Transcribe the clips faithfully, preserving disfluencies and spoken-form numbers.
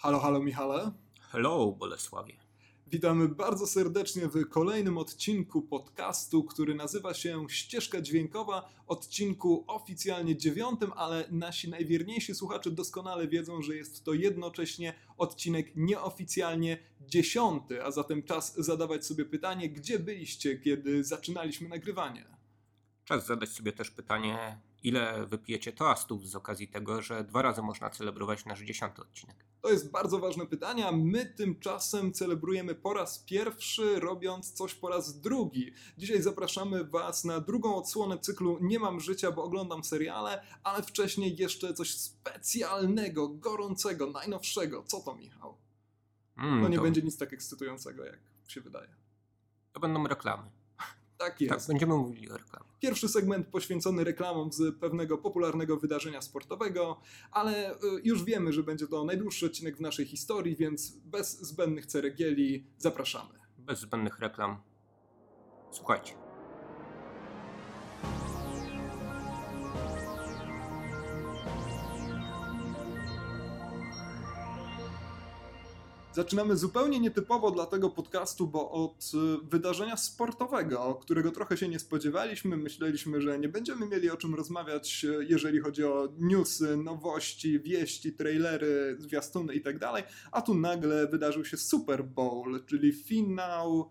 Halo, halo Michale. Hello, Bolesławie. Witamy bardzo serdecznie w kolejnym odcinku podcastu, który nazywa się Ścieżka Dźwiękowa. Odcinku oficjalnie dziewiątym, ale nasi najwierniejsi słuchacze doskonale wiedzą, że jest to jednocześnie odcinek nieoficjalnie dziesiąty, a zatem czas zadawać sobie pytanie, gdzie byliście, kiedy zaczynaliśmy nagrywanie? Czas zadać sobie też pytanie, ile wypijecie toastów z okazji tego, że dwa razy można celebrować nasz dziesiąty odcinek. To jest bardzo ważne pytanie, a my tymczasem celebrujemy po raz pierwszy, robiąc coś po raz drugi. Dzisiaj zapraszamy Was na drugą odsłonę cyklu Nie mam życia, bo oglądam seriale, ale wcześniej jeszcze coś specjalnego, gorącego, najnowszego. Co to, Michał? Mm, To nie to, będzie nic tak ekscytującego, jak się wydaje. to będą reklamy. Tak jest. Tak, będziemy mówili o reklamach. Pierwszy segment poświęcony reklamom z pewnego popularnego wydarzenia sportowego, ale już wiemy, że będzie to najdłuższy odcinek w naszej historii, więc bez zbędnych ceregieli zapraszamy. Bez zbędnych reklam. Słuchajcie. Zaczynamy zupełnie nietypowo dla tego podcastu, bo od wydarzenia sportowego, którego trochę się nie spodziewaliśmy. Myśleliśmy, że nie będziemy mieli o czym rozmawiać, jeżeli chodzi o newsy, nowości, wieści, trailery, zwiastuny i tak dalej. A tu nagle wydarzył się Super Bowl, czyli finał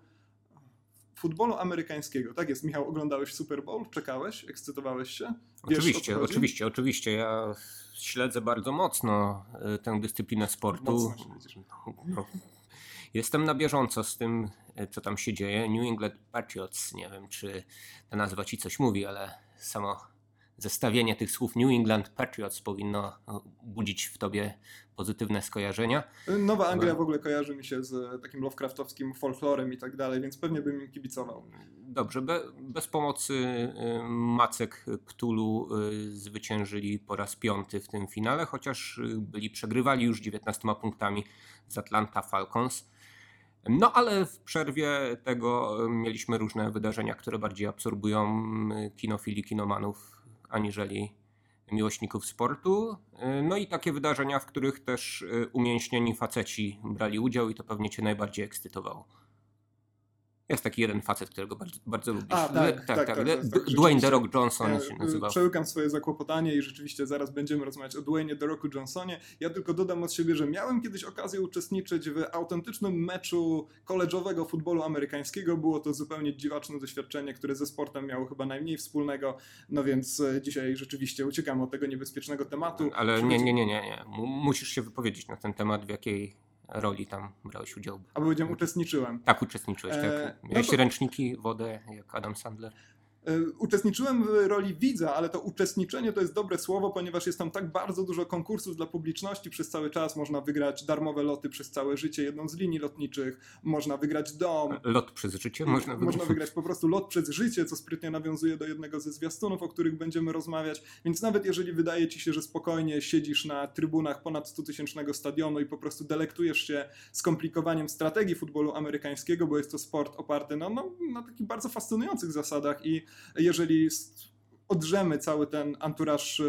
futbolu amerykańskiego. Tak jest, Michał, oglądałeś Super Bowl? Czekałeś? Ekscytowałeś się? Wiesz, Oczywiście, oczywiście, oczywiście. Ja śledzę bardzo mocno tę dyscyplinę sportu. Mocno śledzisz. No, jestem na bieżąco z tym, co tam się dzieje. New England Patriots, nie wiem, czy ta nazwa ci coś mówi, ale samo zestawienie tych słów New England Patriots powinno budzić w tobie pozytywne skojarzenia. Nowa Anglia w ogóle kojarzy mi się z takim Lovecraftowskim folklorem i tak dalej, więc pewnie bym im kibicował. Dobrze, be, bez pomocy macek Cthulhu zwyciężyli po raz piąty w tym finale, chociaż byli przegrywali już dziewiętnastoma punktami z Atlanta Falcons. No ale w przerwie tego mieliśmy różne wydarzenia, które bardziej absorbują kinofili, kinomanów aniżeli miłośników sportu. No i takie wydarzenia, w których też umięśnieni faceci brali udział i to pewnie cię najbardziej ekscytowało. Jest taki jeden facet, którego bardzo, bardzo lubisz. A, tak, tak, tak, tak, tak, tak, Dwayne The Rock Johnson ja się nazywał. Przełykam swoje zakłopotanie i rzeczywiście zaraz będziemy rozmawiać o Dwayne The Rocku Johnsonie. Ja tylko dodam od siebie, że miałem kiedyś okazję uczestniczyć w autentycznym meczu college'owego futbolu amerykańskiego. Było to zupełnie dziwaczne doświadczenie, które ze sportem miało chyba najmniej wspólnego. No więc dzisiaj rzeczywiście uciekam od tego niebezpiecznego tematu. Ale nie, nie, nie, nie, nie. Musisz się wypowiedzieć na ten temat, w jakiej roli tam brałeś udział. A powiedziałem, uczestniczyłem. Tak, uczestniczyłeś, tak. E, Miałeś no to... ręczniki, wodę, jak Adam Sandler. Uczestniczyłem w roli widza, ale to uczestniczenie to jest dobre słowo, ponieważ jest tam tak bardzo dużo konkursów dla publiczności przez cały czas. Można wygrać darmowe loty przez całe życie, jedną z linii lotniczych, można wygrać dom. Lot przez życie? Można wygrać. Można wygrać po prostu lot przez życie, co sprytnie nawiązuje do jednego ze zwiastunów, o których będziemy rozmawiać. Więc nawet jeżeli wydaje ci się, że spokojnie siedzisz na trybunach ponad stutysięcznego stadionu i po prostu delektujesz się skomplikowaniem strategii futbolu amerykańskiego, bo jest to sport oparty no, no, na takich bardzo fascynujących zasadach i jeżeli odrzemy cały ten anturaż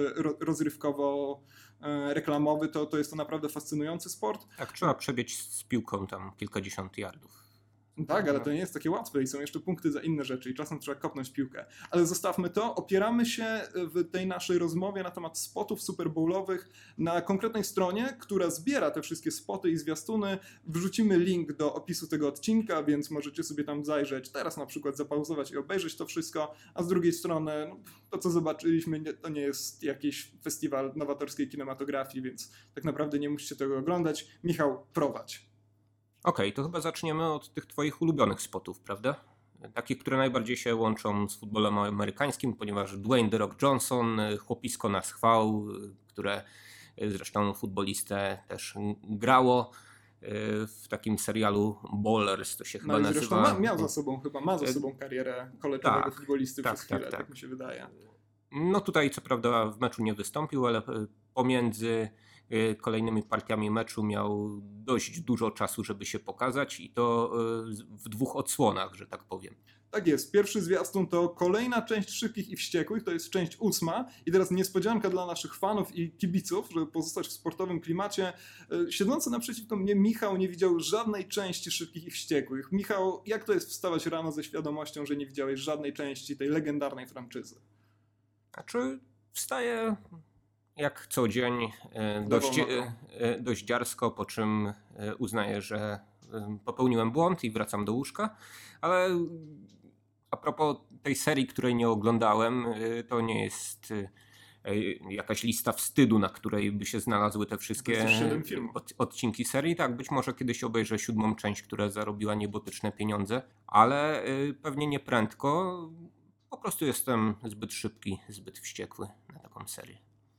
rozrywkowo-reklamowy, to, to jest to naprawdę fascynujący sport. Tak, trzeba przebiec z piłką tam kilkadziesiąt yardów. Tak, ale to nie jest takie łatwe i są jeszcze punkty za inne rzeczy i czasem trzeba kopnąć piłkę. Ale zostawmy to, opieramy się w tej naszej rozmowie na temat spotów superbowlowych na konkretnej stronie, która zbiera te wszystkie spoty i zwiastuny. Wrzucimy link do opisu tego odcinka, więc możecie sobie tam zajrzeć, teraz na przykład zapauzować i obejrzeć to wszystko, a z drugiej strony no, to, co zobaczyliśmy, nie, to nie jest jakiś festiwal nowatorskiej kinematografii, więc tak naprawdę nie musicie tego oglądać. Michał, prowadź. Okej, okay, to chyba zaczniemy od tych twoich ulubionych spotów, prawda? Takich, które najbardziej się łączą z futbolem amerykańskim, ponieważ Dwayne The Rock Johnson, chłopisko na schwał, które zresztą futbolistę też grało w takim serialu Ballers, to się chyba no i nazywa. Zresztą ma, miał za sobą chyba, ma za sobą karierę college'owego tak, futbolisty tak, przez chwilę, tak, tak, tak. tak mi się wydaje. No tutaj co prawda w meczu nie wystąpił, ale pomiędzy kolejnymi partiami meczu miał dość dużo czasu, żeby się pokazać i to w dwóch odsłonach, że tak powiem. Tak jest, pierwszy zwiastun to kolejna część Szybkich i Wściekłych, to jest część ósma i teraz niespodzianka dla naszych fanów i kibiców, żeby pozostać w sportowym klimacie. Siedzący naprzeciwko mnie Michał nie widział żadnej części Szybkich i Wściekłych. Michał, jak to jest wstawać rano ze świadomością, że nie widziałeś żadnej części tej legendarnej franczyzy? Znaczy wstaję jak co dzień, dość, dość dziarsko, po czym uznaję, że popełniłem błąd i wracam do łóżka, ale a propos tej serii, której nie oglądałem, to nie jest jakaś lista wstydu, na której by się znalazły te wszystkie od, odcinki serii. Tak, być może kiedyś obejrzę siódmą część, która zarobiła niebotyczne pieniądze, ale pewnie nie prędko. Po prostu jestem zbyt szybki, zbyt wściekły na taką serię.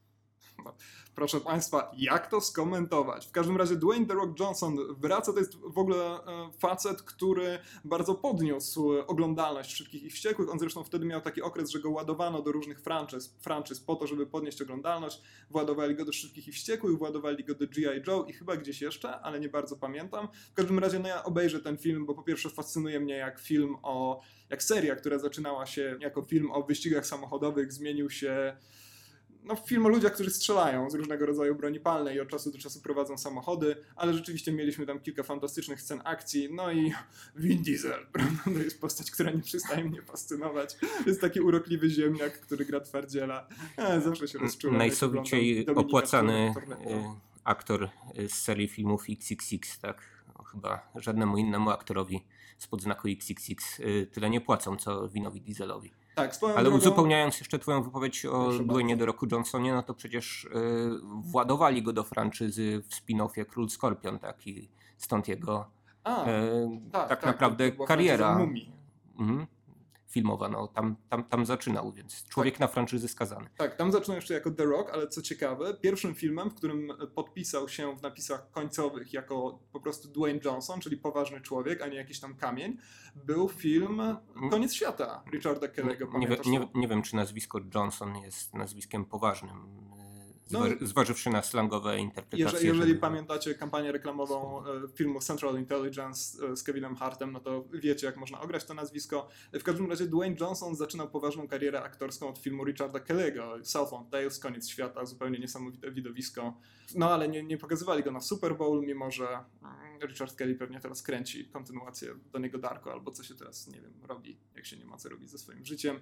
Proszę Państwa, jak to skomentować? W każdym razie Dwayne The Rock Johnson wraca, to jest w ogóle facet, który bardzo podniósł oglądalność Szybkich i Wściekłych. On zresztą wtedy miał taki okres, że go ładowano do różnych franczyz, franczyz po to, żeby podnieść oglądalność. Władowali go do Szybkich i Wściekłych, władowali go do G I Joe i chyba gdzieś jeszcze, ale nie bardzo pamiętam. W każdym razie no ja obejrzę ten film, bo po pierwsze fascynuje mnie jak film o, jak seria, która zaczynała się jako film o wyścigach samochodowych, zmienił się no, film o ludziach, którzy strzelają z różnego rodzaju broni palnej i od czasu do czasu prowadzą samochody, ale rzeczywiście mieliśmy tam kilka fantastycznych scen akcji, no i Vin Diesel, to jest postać, która nie przestaje mnie fascynować. Jest taki urokliwy ziemniak, który gra twardziela. Ja zawsze się rozczułem. Najsowicie opłacany aktor z serii filmów X X X, tak? No, chyba żadnemu innemu aktorowi spod znaku X X X tyle nie płacą, co Vinowi Dieselowi. Tak, ale drogą... uzupełniając jeszcze twoją wypowiedź o Dwayne'ie The Rocku Johnsonie, no to przecież yy, władowali go do franczyzy w spin-offie Król Skorpion, tak? I stąd jego A, yy, tak, tak tak naprawdę to kariera mhm, filmowa, no tam, tam, tam zaczynał, więc człowiek tak. na franczyzy skazany. Tak, tam zaczynał jeszcze jako The Rock, ale co ciekawe, pierwszym filmem, w którym podpisał się w napisach końcowych jako po prostu Dwayne Johnson, czyli poważny człowiek, a nie jakiś tam kamień, był film Koniec Świata Richarda Kelly'ego. Nie, nie, nie wiem, czy nazwisko Johnson jest nazwiskiem poważnym, zważy, no, zważywszy na slangowe interpretacje. Jeżeli, jeżeli żeby... pamiętacie kampanię reklamową filmu Central Intelligence z Kevinem Hartem, no to wiecie, jak można ograć to nazwisko. W każdym razie Dwayne Johnson zaczynał poważną karierę aktorską od filmu Richarda Kelly'ego, Southland Tales, Koniec Świata, zupełnie niesamowite widowisko. No ale nie, nie pokazywali go na Super Bowl, mimo że Richard Kelly pewnie teraz kręci kontynuację do niego Darko, albo co się teraz, nie wiem, robi, jak się nie ma co robić ze swoim życiem.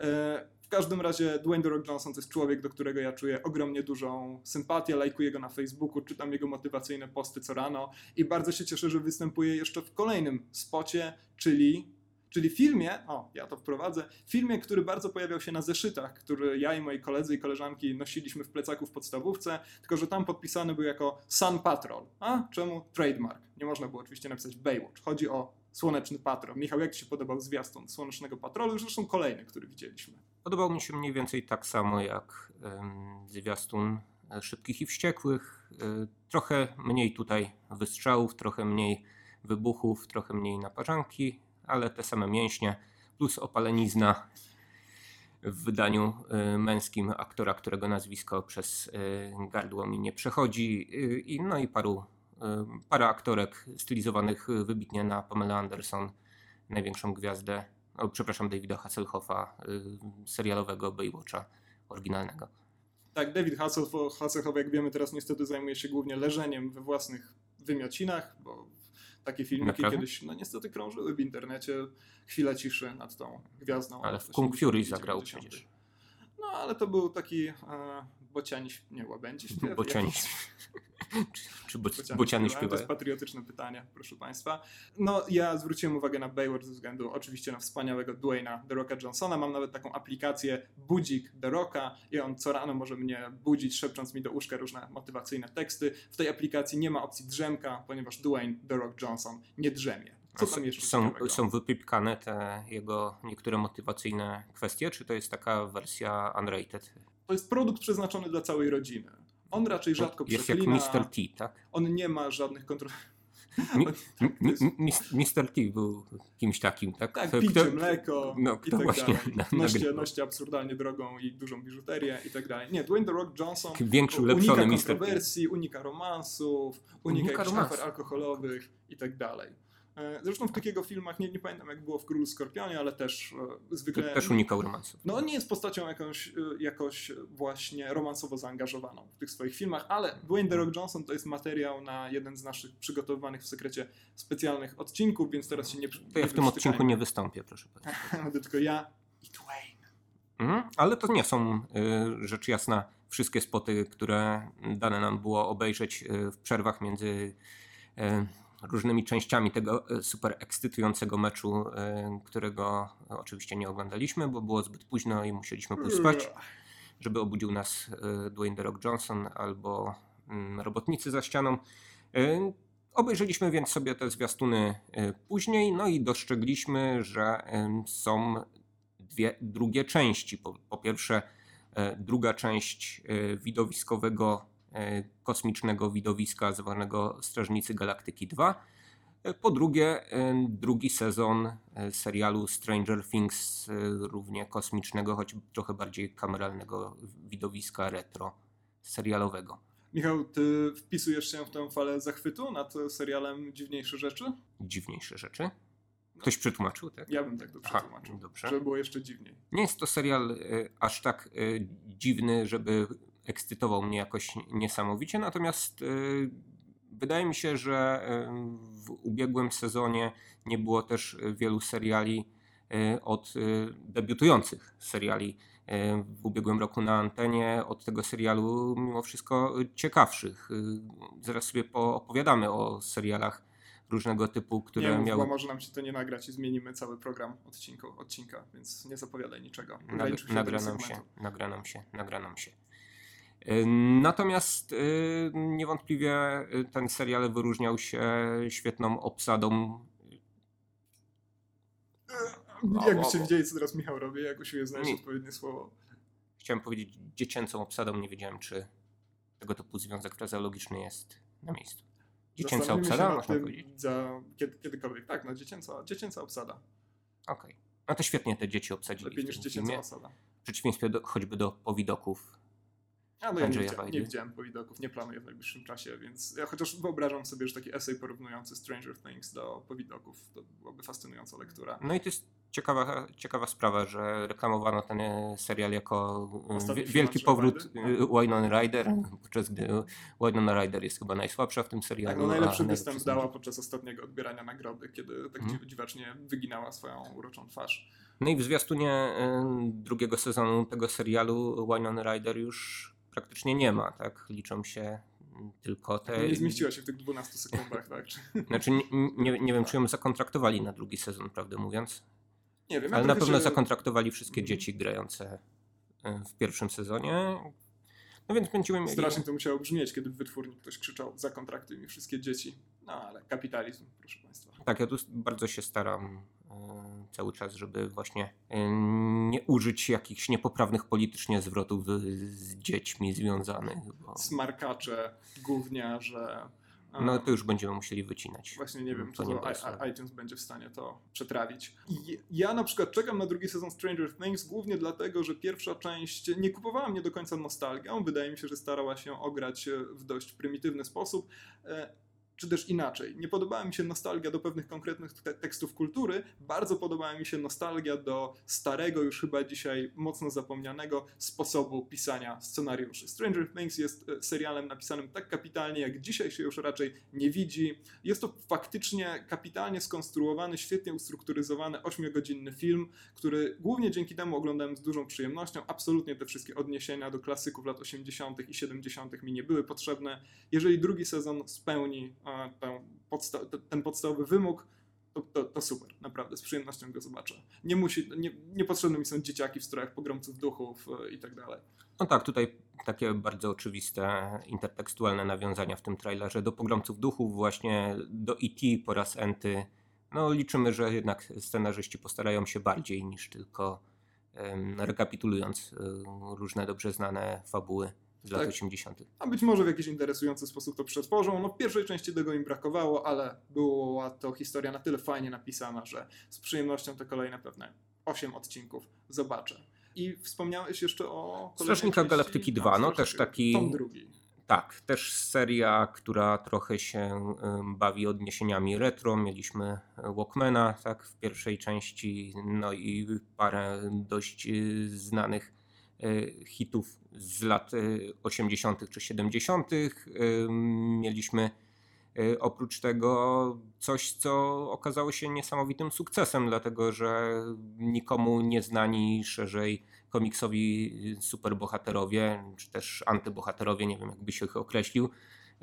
W każdym razie Dwayne The Rock Johnson to jest człowiek, do którego ja czuję ogromnie dużą sympatię, lajkuję go na Facebooku, czytam jego motywacyjne posty co rano i bardzo się cieszę, że występuje jeszcze w kolejnym spocie, czyli... Czyli filmie, o ja to wprowadzę, filmie, który bardzo pojawiał się na zeszytach, który ja i moi koledzy i koleżanki nosiliśmy w plecaku w podstawówce, tylko że tam podpisany był jako Sun Patrol. A czemu trademark? Nie można było oczywiście napisać Baywatch. Chodzi o Słoneczny Patrol. Michał, jak Ci się podobał zwiastun Słonecznego Patrolu? Zresztą kolejny, który widzieliśmy. Podobał mi się mniej więcej tak samo jak um, zwiastun Szybkich i Wściekłych. Trochę mniej tutaj wystrzałów, trochę mniej wybuchów, trochę mniej naparzanki, ale te same mięśnie, plus opalenizna w wydaniu męskim aktora, którego nazwisko przez gardło mi nie przechodzi, i no i paru, parę aktorek stylizowanych wybitnie na Pamela Anderson, największą gwiazdę, o, przepraszam, Davida Hasselhoffa, serialowego Baywatcha oryginalnego. Tak, David Hasselhoff, Hasselhoff, jak wiemy, teraz niestety zajmuje się głównie leżeniem we własnych wymiocinach, bo takie filmiki kiedyś, no niestety krążyły w internecie. Chwila ciszy nad tą gwiazdą. Ale w Kung Fury zagrał przecież. No ale to był taki e, bociani, nie łabędzi śpiew. Bociani. czy czy bo, bociani, bociani śpiewają? To jest patriotyczne pytanie, proszę Państwa. No ja zwróciłem uwagę na Baywatch ze względu oczywiście na wspaniałego Dwayna The Rocka Johnsona. Mam nawet taką aplikację Budzik The Rocka i on co rano może mnie budzić, szepcząc mi do uszka różne motywacyjne teksty. W tej aplikacji nie ma opcji drzemka, ponieważ Dwayne The Rock Johnson nie drzemie. Co tam jeszcze są, są wypipkane te jego niektóre motywacyjne kwestie, czy to jest taka wersja unrated? To jest produkt przeznaczony dla całej rodziny. On raczej rzadko jest przeklina. Jest jak mister T, tak? On nie ma żadnych kontroli. Mi, mi, mi, mister T był kimś takim, tak? Tak, Kto, picie kto, mleko no, i kto tak właśnie dalej. na- Noście, nagrywał. noście absurdalnie drogą i dużą biżuterię i tak dalej. Nie, Dwayne The Rock Johnson Większy, unika ulepszony mister T. kontrowersji, unika romansów, unika, Unika jakichś romansów. afer alkoholowych i tak dalej. E, Zresztą w takiego filmach, nie, nie pamiętam jak było w Królu Skorpionie, ale też e, zwykle... Też unikał romansów. No on nie jest postacią jakąś, e, jakoś właśnie romansowo zaangażowaną w tych swoich filmach, ale Dwayne The Rock Johnson to jest materiał na jeden z naszych przygotowywanych w sekrecie specjalnych odcinków, więc teraz się nie przy- To ja nie w tym odcinku wyprztykajmy. nie wystąpię, proszę Państwa. Będę tylko ja i Dwayne. Mhm. Ale to nie są, y, rzecz jasna, wszystkie spoty, które dane nam było obejrzeć y, w przerwach między y, różnymi częściami tego y, super ekscytującego meczu, y, którego oczywiście nie oglądaliśmy, bo było zbyt późno i musieliśmy pójść spać, żeby obudził nas y, Dwayne The Rock Johnson albo y, robotnicy za ścianą. Y, Obejrzeliśmy więc sobie te zwiastuny y, później, no i dostrzegliśmy, że y, są dwie drugie części. Po, po pierwsze, e, druga część e, widowiskowego, e, kosmicznego widowiska zwanego Strażnicy Galaktyki dwa. E, po drugie, e, drugi sezon e, serialu Stranger Things, e, równie kosmicznego, choć trochę bardziej kameralnego widowiska retro serialowego. Michał, ty wpisujesz się w tę falę zachwytu nad serialem Dziwniejsze Rzeczy? Dziwniejsze rzeczy. Ktoś przetłumaczył, tak? Ja bym tak to Aha, przetłumaczył, dobrze. żeby było jeszcze dziwniej. Nie jest to serial y, aż tak y, dziwny, żeby ekscytował mnie jakoś niesamowicie, natomiast y, wydaje mi się, że y, w ubiegłym sezonie nie było też wielu seriali y, od y, debiutujących seriali y, w ubiegłym roku na antenie, od tego serialu mimo wszystko ciekawszych. Y, zaraz sobie poopowiadamy o serialach różnego typu, które nie mów, miały... bo może nam się to nie nagrać i zmienimy cały program odcinku, odcinka, więc nie zapowiadaj niczego. Nag- Ogranicz się nagra do nam segmentu. się, nagra nam się, nagra nam się. Y, Natomiast y, niewątpliwie y, ten serial wyróżniał się świetną obsadą. Jakbyście widzieli, co teraz Michał robi, jak usiłuje znaleźć Nie. odpowiednie słowo. Chciałem powiedzieć dziecięcą obsadą, nie wiedziałem, czy tego typu związek frazeologiczny jest na miejscu. Dziecięca Zastanówmy się obsada, nad można tym powiedzieć. Za kiedy, kiedykolwiek. Tak, no dziecięca, dziecięca obsada. Okej. No to świetnie te dzieci obsadzili Lepiej w niż tym dziecięca filmie. osada. W przeciwieństwie do, choćby do powidoków. A no ja nie Andrzeja widziałem, Wajdy. nie widziałem powidoków, nie planuję w najbliższym czasie, więc ja chociaż wyobrażam sobie, że taki esej porównujący Stranger Things do powidoków to byłaby fascynująca lektura. No i to jest ciekawa, ciekawa sprawa, że reklamowano ten e, serial jako e, Ostatni wi- film wielki Andrzeja powrót Wajdy? e, Winona Ryder, podczas gdy Winona Ryder jest chyba najsłabsza w tym serialu. Tak, no najlepszy a występ najlepszy dała podczas ostatniego odbierania nagrody, kiedy tak Mhm. dziw- dziwacznie wyginała swoją uroczą twarz. No i w zwiastunie e, drugiego sezonu tego serialu Winona Ryder już praktycznie nie ma, tak? Liczą się tylko te... No nie zmieściła się w tych dwunastu sekundach, tak? Czy- Znaczy nie, nie, nie wiem, czy ją zakontraktowali na drugi sezon, prawdę mówiąc. Nie wiem, ja Ale na trochę pewno się- zakontraktowali wszystkie Mhm. dzieci grające e, w pierwszym sezonie. No więc będziemy mieli... Strasznie to musiało brzmieć, kiedy w wytwórni ktoś krzyczał: zakontraktuj mi wszystkie dzieci. No ale kapitalizm, proszę państwa. Tak, ja tu bardzo się staram e, cały czas, żeby właśnie e, nie użyć jakichś niepoprawnych politycznie zwrotów z, z dziećmi związanych. Bo, Smarkacze, gówniarze. a, no to już będziemy musieli wycinać. Właśnie nie wiem, To czy nie to było i- słowa. i- iTunes będzie w stanie to przetrawić. I ja na przykład czekam na drugi sezon Stranger Things głównie dlatego, że pierwsza część nie kupowała mnie do końca nostalgią. Wydaje mi się, że starała się ograć w dość prymitywny sposób. E, Czy też inaczej. Nie podobała mi się nostalgia do pewnych konkretnych te- tekstów kultury, bardzo podobała mi się nostalgia do starego, już chyba dzisiaj mocno zapomnianego sposobu pisania scenariuszy. Stranger Things jest e, serialem napisanym tak kapitalnie, jak dzisiaj się już raczej nie widzi. Jest to faktycznie kapitalnie skonstruowany, świetnie ustrukturyzowany, ośmiogodzinny film, który głównie dzięki temu oglądałem z dużą przyjemnością. Absolutnie te wszystkie odniesienia do klasyków lat osiemdziesiątych i siedemdziesiątych mi nie były potrzebne. Jeżeli drugi sezon spełni e, tę podsta- te- ten podstawowy wymóg, to, to, to super, naprawdę, z przyjemnością go zobaczę. Nie musi, nie, niepotrzebne mi są dzieciaki w strojach pogromców duchów e, i tak dalej. No tak, tutaj takie bardzo oczywiste intertekstualne nawiązania w tym trailerze do Pogromców Duchów, właśnie do E T po raz enty. No liczymy, że jednak scenarzyści postarają się bardziej niż tylko um, rekapitulując um, różne dobrze znane fabuły z lat osiemdziesiątych. A być może w jakiś interesujący sposób to przetworzą. No w pierwszej części tego im brakowało, ale była to historia na tyle fajnie napisana, że z przyjemnością te kolejne pewne osiem odcinków zobaczę. I wspomniałeś jeszcze o Strażnika Galaktyki dwa, no też taki... Tom drugi. Tak, też seria, która trochę się bawi odniesieniami retro. Mieliśmy Walkmana, tak, w pierwszej części, no i parę dość znanych hitów z lat osiemdziesiątych czy siedemdziesiątych. Mieliśmy oprócz tego coś, co okazało się niesamowitym sukcesem, dlatego że nikomu nieznani szerzej komiksowi superbohaterowie, czy też antybohaterowie, nie wiem jakby się ich określił,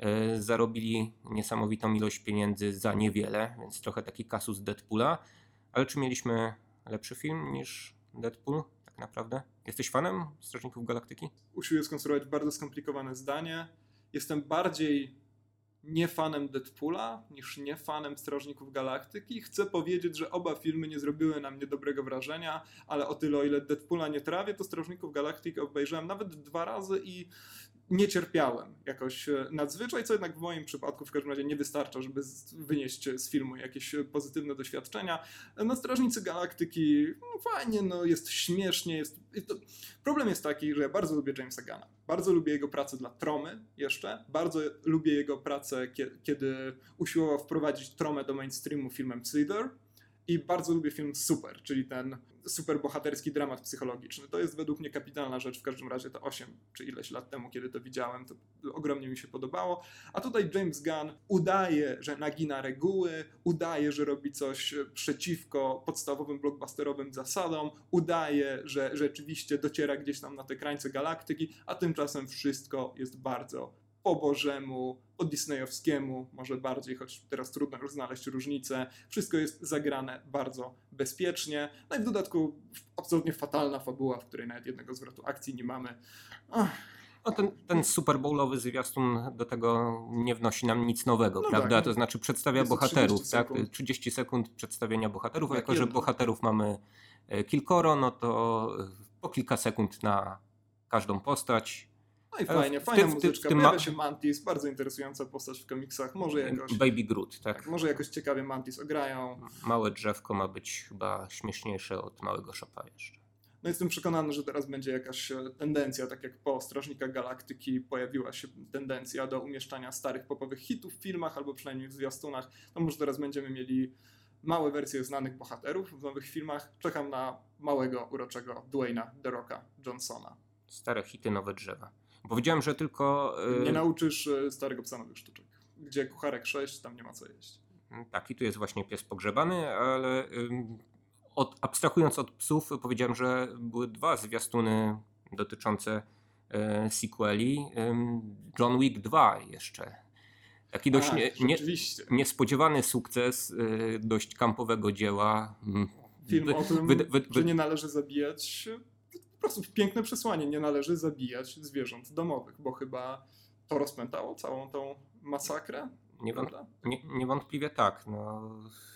zarobili niesamowitą ilość pieniędzy za niewiele, więc trochę taki kasus Deadpoola. Ale czy mieliśmy lepszy film niż Deadpool tak naprawdę? Jesteś fanem Strażników Galaktyki? Usiłuję skonstruować bardzo skomplikowane zdanie. Jestem bardziej nie fanem Deadpoola niż nie fanem Strażników Galaktyki. Chcę powiedzieć, że oba filmy nie zrobiły na mnie dobrego wrażenia, ale o tyle, o ile Deadpoola nie trawię, to Strażników Galaktyki obejrzałem nawet dwa razy i nie cierpiałem jakoś nadzwyczaj, co jednak w moim przypadku w każdym razie nie wystarcza, żeby wynieść z filmu jakieś pozytywne doświadczenia. No Strażnicy Galaktyki, no fajnie, no jest śmiesznie. Jest... Problem jest taki, że ja bardzo lubię Jamesa Gunna. Bardzo lubię jego pracę dla Tromy jeszcze. Bardzo lubię jego pracę, kiedy usiłował wprowadzić Tromę do mainstreamu filmem Slither. I bardzo lubię film Super, czyli ten superbohaterski dramat psychologiczny. To jest według mnie kapitalna rzecz, w każdym razie to osiem czy ileś lat temu, kiedy to widziałem, to ogromnie mi się podobało. A tutaj James Gunn udaje, że nagina reguły, udaje, że robi coś przeciwko podstawowym blockbusterowym zasadom, udaje, że rzeczywiście dociera gdzieś tam na te krańce galaktyki, a tymczasem wszystko jest bardzo po bożemu, po disneyowskiemu, może bardziej, choć teraz trudno już znaleźć różnicę. Wszystko jest zagrane bardzo bezpiecznie. No i w dodatku absolutnie fatalna fabuła, w której nawet jednego zwrotu akcji nie mamy. Ach. No ten, ten Super Bowlowy zwiastun do tego nie wnosi nam nic nowego, no prawda? Tak, to znaczy przedstawia bohaterów, trzydzieści tak? sekund. trzydzieści sekund przedstawienia bohaterów, a jako że bohaterów mamy kilkoro, no to po kilka sekund na każdą postać. No i fajnie, fajna tym, muzyczka, tym, pojawia się Mantis, bardzo interesująca postać w komiksach, może jakoś... Baby Groot, tak? tak może jakoś ciekawie Mantis ograją. Małe drzewko ma być chyba śmieszniejsze od małego szopa jeszcze. No jestem przekonany, że teraz będzie jakaś tendencja, tak jak po Strażnikach Galaktyki pojawiła się tendencja do umieszczania starych popowych hitów w filmach, albo przynajmniej w zwiastunach, to może teraz będziemy mieli małe wersje znanych bohaterów w nowych filmach. Czekam na małego, uroczego Dwayna The Rocka Johnsona. Stare hity, nowe drzewa. Powiedziałem, że tylko... Yy... Nie nauczysz starego psa nowych sztuczek. Gdzie kucharek sześć, tam nie ma co jeść. Tak, i tu jest właśnie pies pogrzebany, ale yy, od, abstrahując od psów, powiedziałem, że były dwa zwiastuny dotyczące yy, sequeli. Yy, John Wick dwa jeszcze. Taki dość Ach, nie, nie, niespodziewany sukces yy, dość kampowego dzieła. Film wy, o tym, wy, wy, wy, że nie należy zabijać... Po prostu piękne przesłanie, nie należy zabijać zwierząt domowych, bo chyba to rozpętało całą tą masakrę. Niewąt- nie, niewątpliwie tak. No,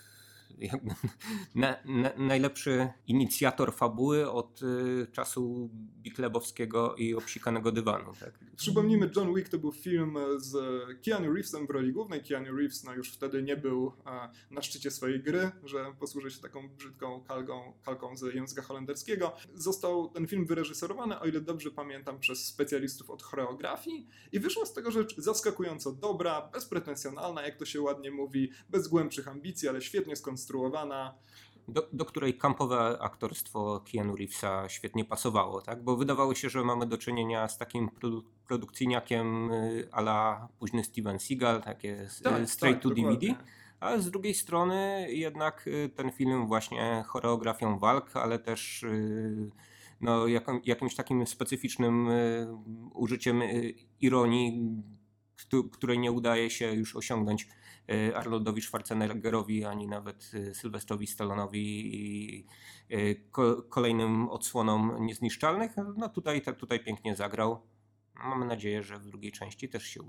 na, na, najlepszy inicjator fabuły od y, czasu Biklebowskiego i obsikanego dywanu. Tak? Przypomnijmy, John Wick to był film z Keanu Reevesem w roli głównej. Keanu Reeves no, już wtedy nie był a, na szczycie swojej gry, że posłuży się taką brzydką kalką, kalką z języka holenderskiego. Został ten film wyreżyserowany, o ile dobrze pamiętam, przez specjalistów od choreografii i wyszła z tego rzecz zaskakująco dobra, bezpretensjonalna, jak to się ładnie mówi, bez głębszych ambicji, ale świetnie skonstruowana. Do, do której kampowe aktorstwo Keanu Reevesa świetnie pasowało, tak? Bo wydawało się, że mamy do czynienia z takim produ- produkcyjniakiem a la późny Steven Seagal, takie tak, straight tak, to dokładnie. D V D, a z drugiej strony jednak ten film właśnie choreografią walk, ale też no, jakim, jakimś takim specyficznym użyciem ironii, której nie udaje się już osiągnąć Arnoldowi Schwarzeneggerowi, ani nawet Sylwestrowi Stallonowi i ko- kolejnym odsłonom Niezniszczalnych. No tutaj, tutaj pięknie zagrał. Mamy nadzieję, że w drugiej części też się uda.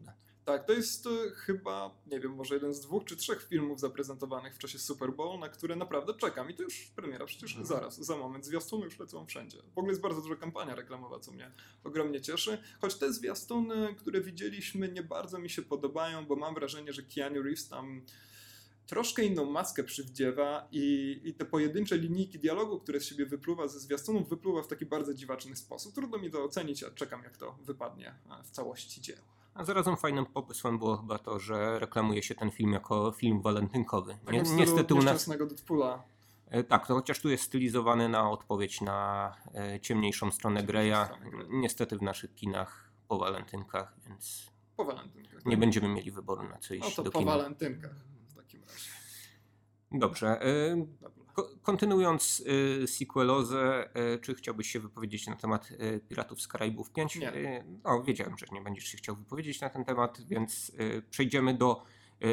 Tak, to jest e, chyba, nie wiem, może jeden z dwóch czy trzech filmów zaprezentowanych w czasie Super Bowl, na które naprawdę czekam. I to już premiera przecież Mhm. zaraz, za moment. Zwiastuny już lecą wszędzie. W ogóle jest bardzo duża kampania reklamowa, co mnie ogromnie cieszy. Choć te zwiastuny, które widzieliśmy, nie bardzo mi się podobają, bo mam wrażenie, że Keanu Reeves tam troszkę inną maskę przywdziewa i, i te pojedyncze linijki dialogu, które z siebie wypluwa ze zwiastunów, wypluwa w taki bardzo dziwaczny sposób. Trudno mi to ocenić, a czekam, jak to wypadnie e, w całości dzieła. A zarazem fajnym pomysłem było chyba to, że reklamuje się ten film jako film walentynkowy. Tak Nie, w stylu niestety u nas... nieszczęsnego Deadpoola. E, Tak, to chociaż tu jest stylizowany na odpowiedź na e, ciemniejszą stronę Greya. stronę Greya. Niestety w naszych kinach po walentynkach, więc Po walentynkach. nie tak? będziemy mieli wyboru na co No iść to do po kina. walentynkach w takim razie. Dobrze. e, Dobra. ko- Kontynuując e, sequelozę, e, czy chciałbyś się wypowiedzieć na temat e, Piratów z Karaibów pięć? Nie. E, No, wiedziałem, że nie będziesz się chciał wypowiedzieć na ten temat, więc e, przejdziemy do e,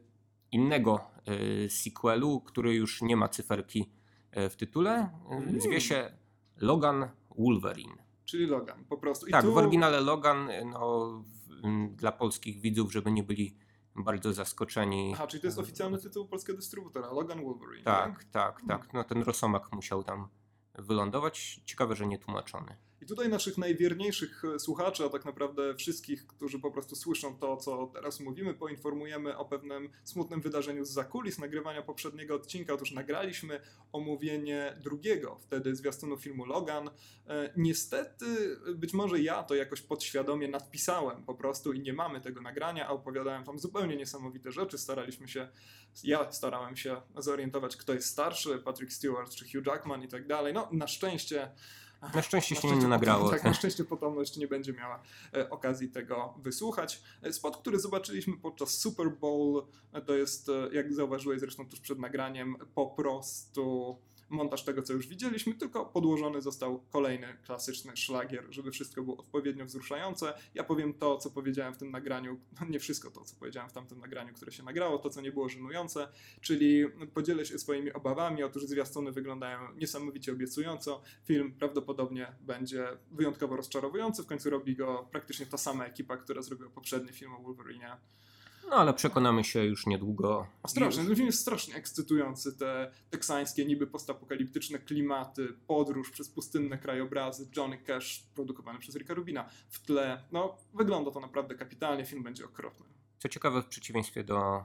innego e, sequelu, który już nie ma cyferki e, w tytule. E, Mm. Zwie się Logan Wolverine. Czyli Logan, po prostu. I Tak, tu... w oryginale Logan, no, w, m, dla polskich widzów, żeby nie byli bardzo zaskoczeni. Aha, czyli to jest oficjalny tytuł polskiego dystrybutora, Logan Wolverine. Tak, tak, tak. No, ten rosomak musiał tam wylądować. Ciekawe, że nie tłumaczony. I tutaj naszych najwierniejszych e, słuchaczy, a tak naprawdę wszystkich, którzy po prostu słyszą to, co teraz mówimy, poinformujemy o pewnym smutnym wydarzeniu z zakulis nagrywania poprzedniego odcinka. Otóż nagraliśmy omówienie drugiego wtedy zwiastunu filmu Logan. E, niestety, być może ja to jakoś podświadomie nadpisałem po prostu i nie mamy tego nagrania, a opowiadałem tam zupełnie niesamowite rzeczy. Staraliśmy się, ja starałem się zorientować, kto jest starszy, Patrick Stewart czy Hugh Jackman i tak dalej. No, na szczęście Na szczęście się Na nie nagrało. Potom, tak, na szczęście potomność nie będzie miała e, okazji tego wysłuchać. E, Spot, który zobaczyliśmy podczas Super Bowl, e, to jest, e, jak zauważyłeś zresztą tuż przed nagraniem, po prostu montaż tego, co już widzieliśmy, tylko podłożony został kolejny klasyczny szlagier, żeby wszystko było odpowiednio wzruszające. Ja powiem to, co powiedziałem w tym nagraniu, no nie wszystko to, co powiedziałem w tamtym nagraniu, które się nagrało, to, co nie było żenujące, czyli podzielę się swoimi obawami. Otóż zwiastuny wyglądają niesamowicie obiecująco. Film prawdopodobnie będzie wyjątkowo rozczarowujący. W końcu robi go praktycznie ta sama ekipa, która zrobiła poprzedni film o Wolverine. No ale przekonamy się już niedługo. Strasznie, ten film jest strasznie ekscytujący. Te teksańskie, niby postapokaliptyczne klimaty, podróż przez pustynne krajobrazy, Johnny Cash produkowany przez Ricka Rubina w tle. No, wygląda to naprawdę kapitalnie, film będzie okropny. Co ciekawe, w przeciwieństwie do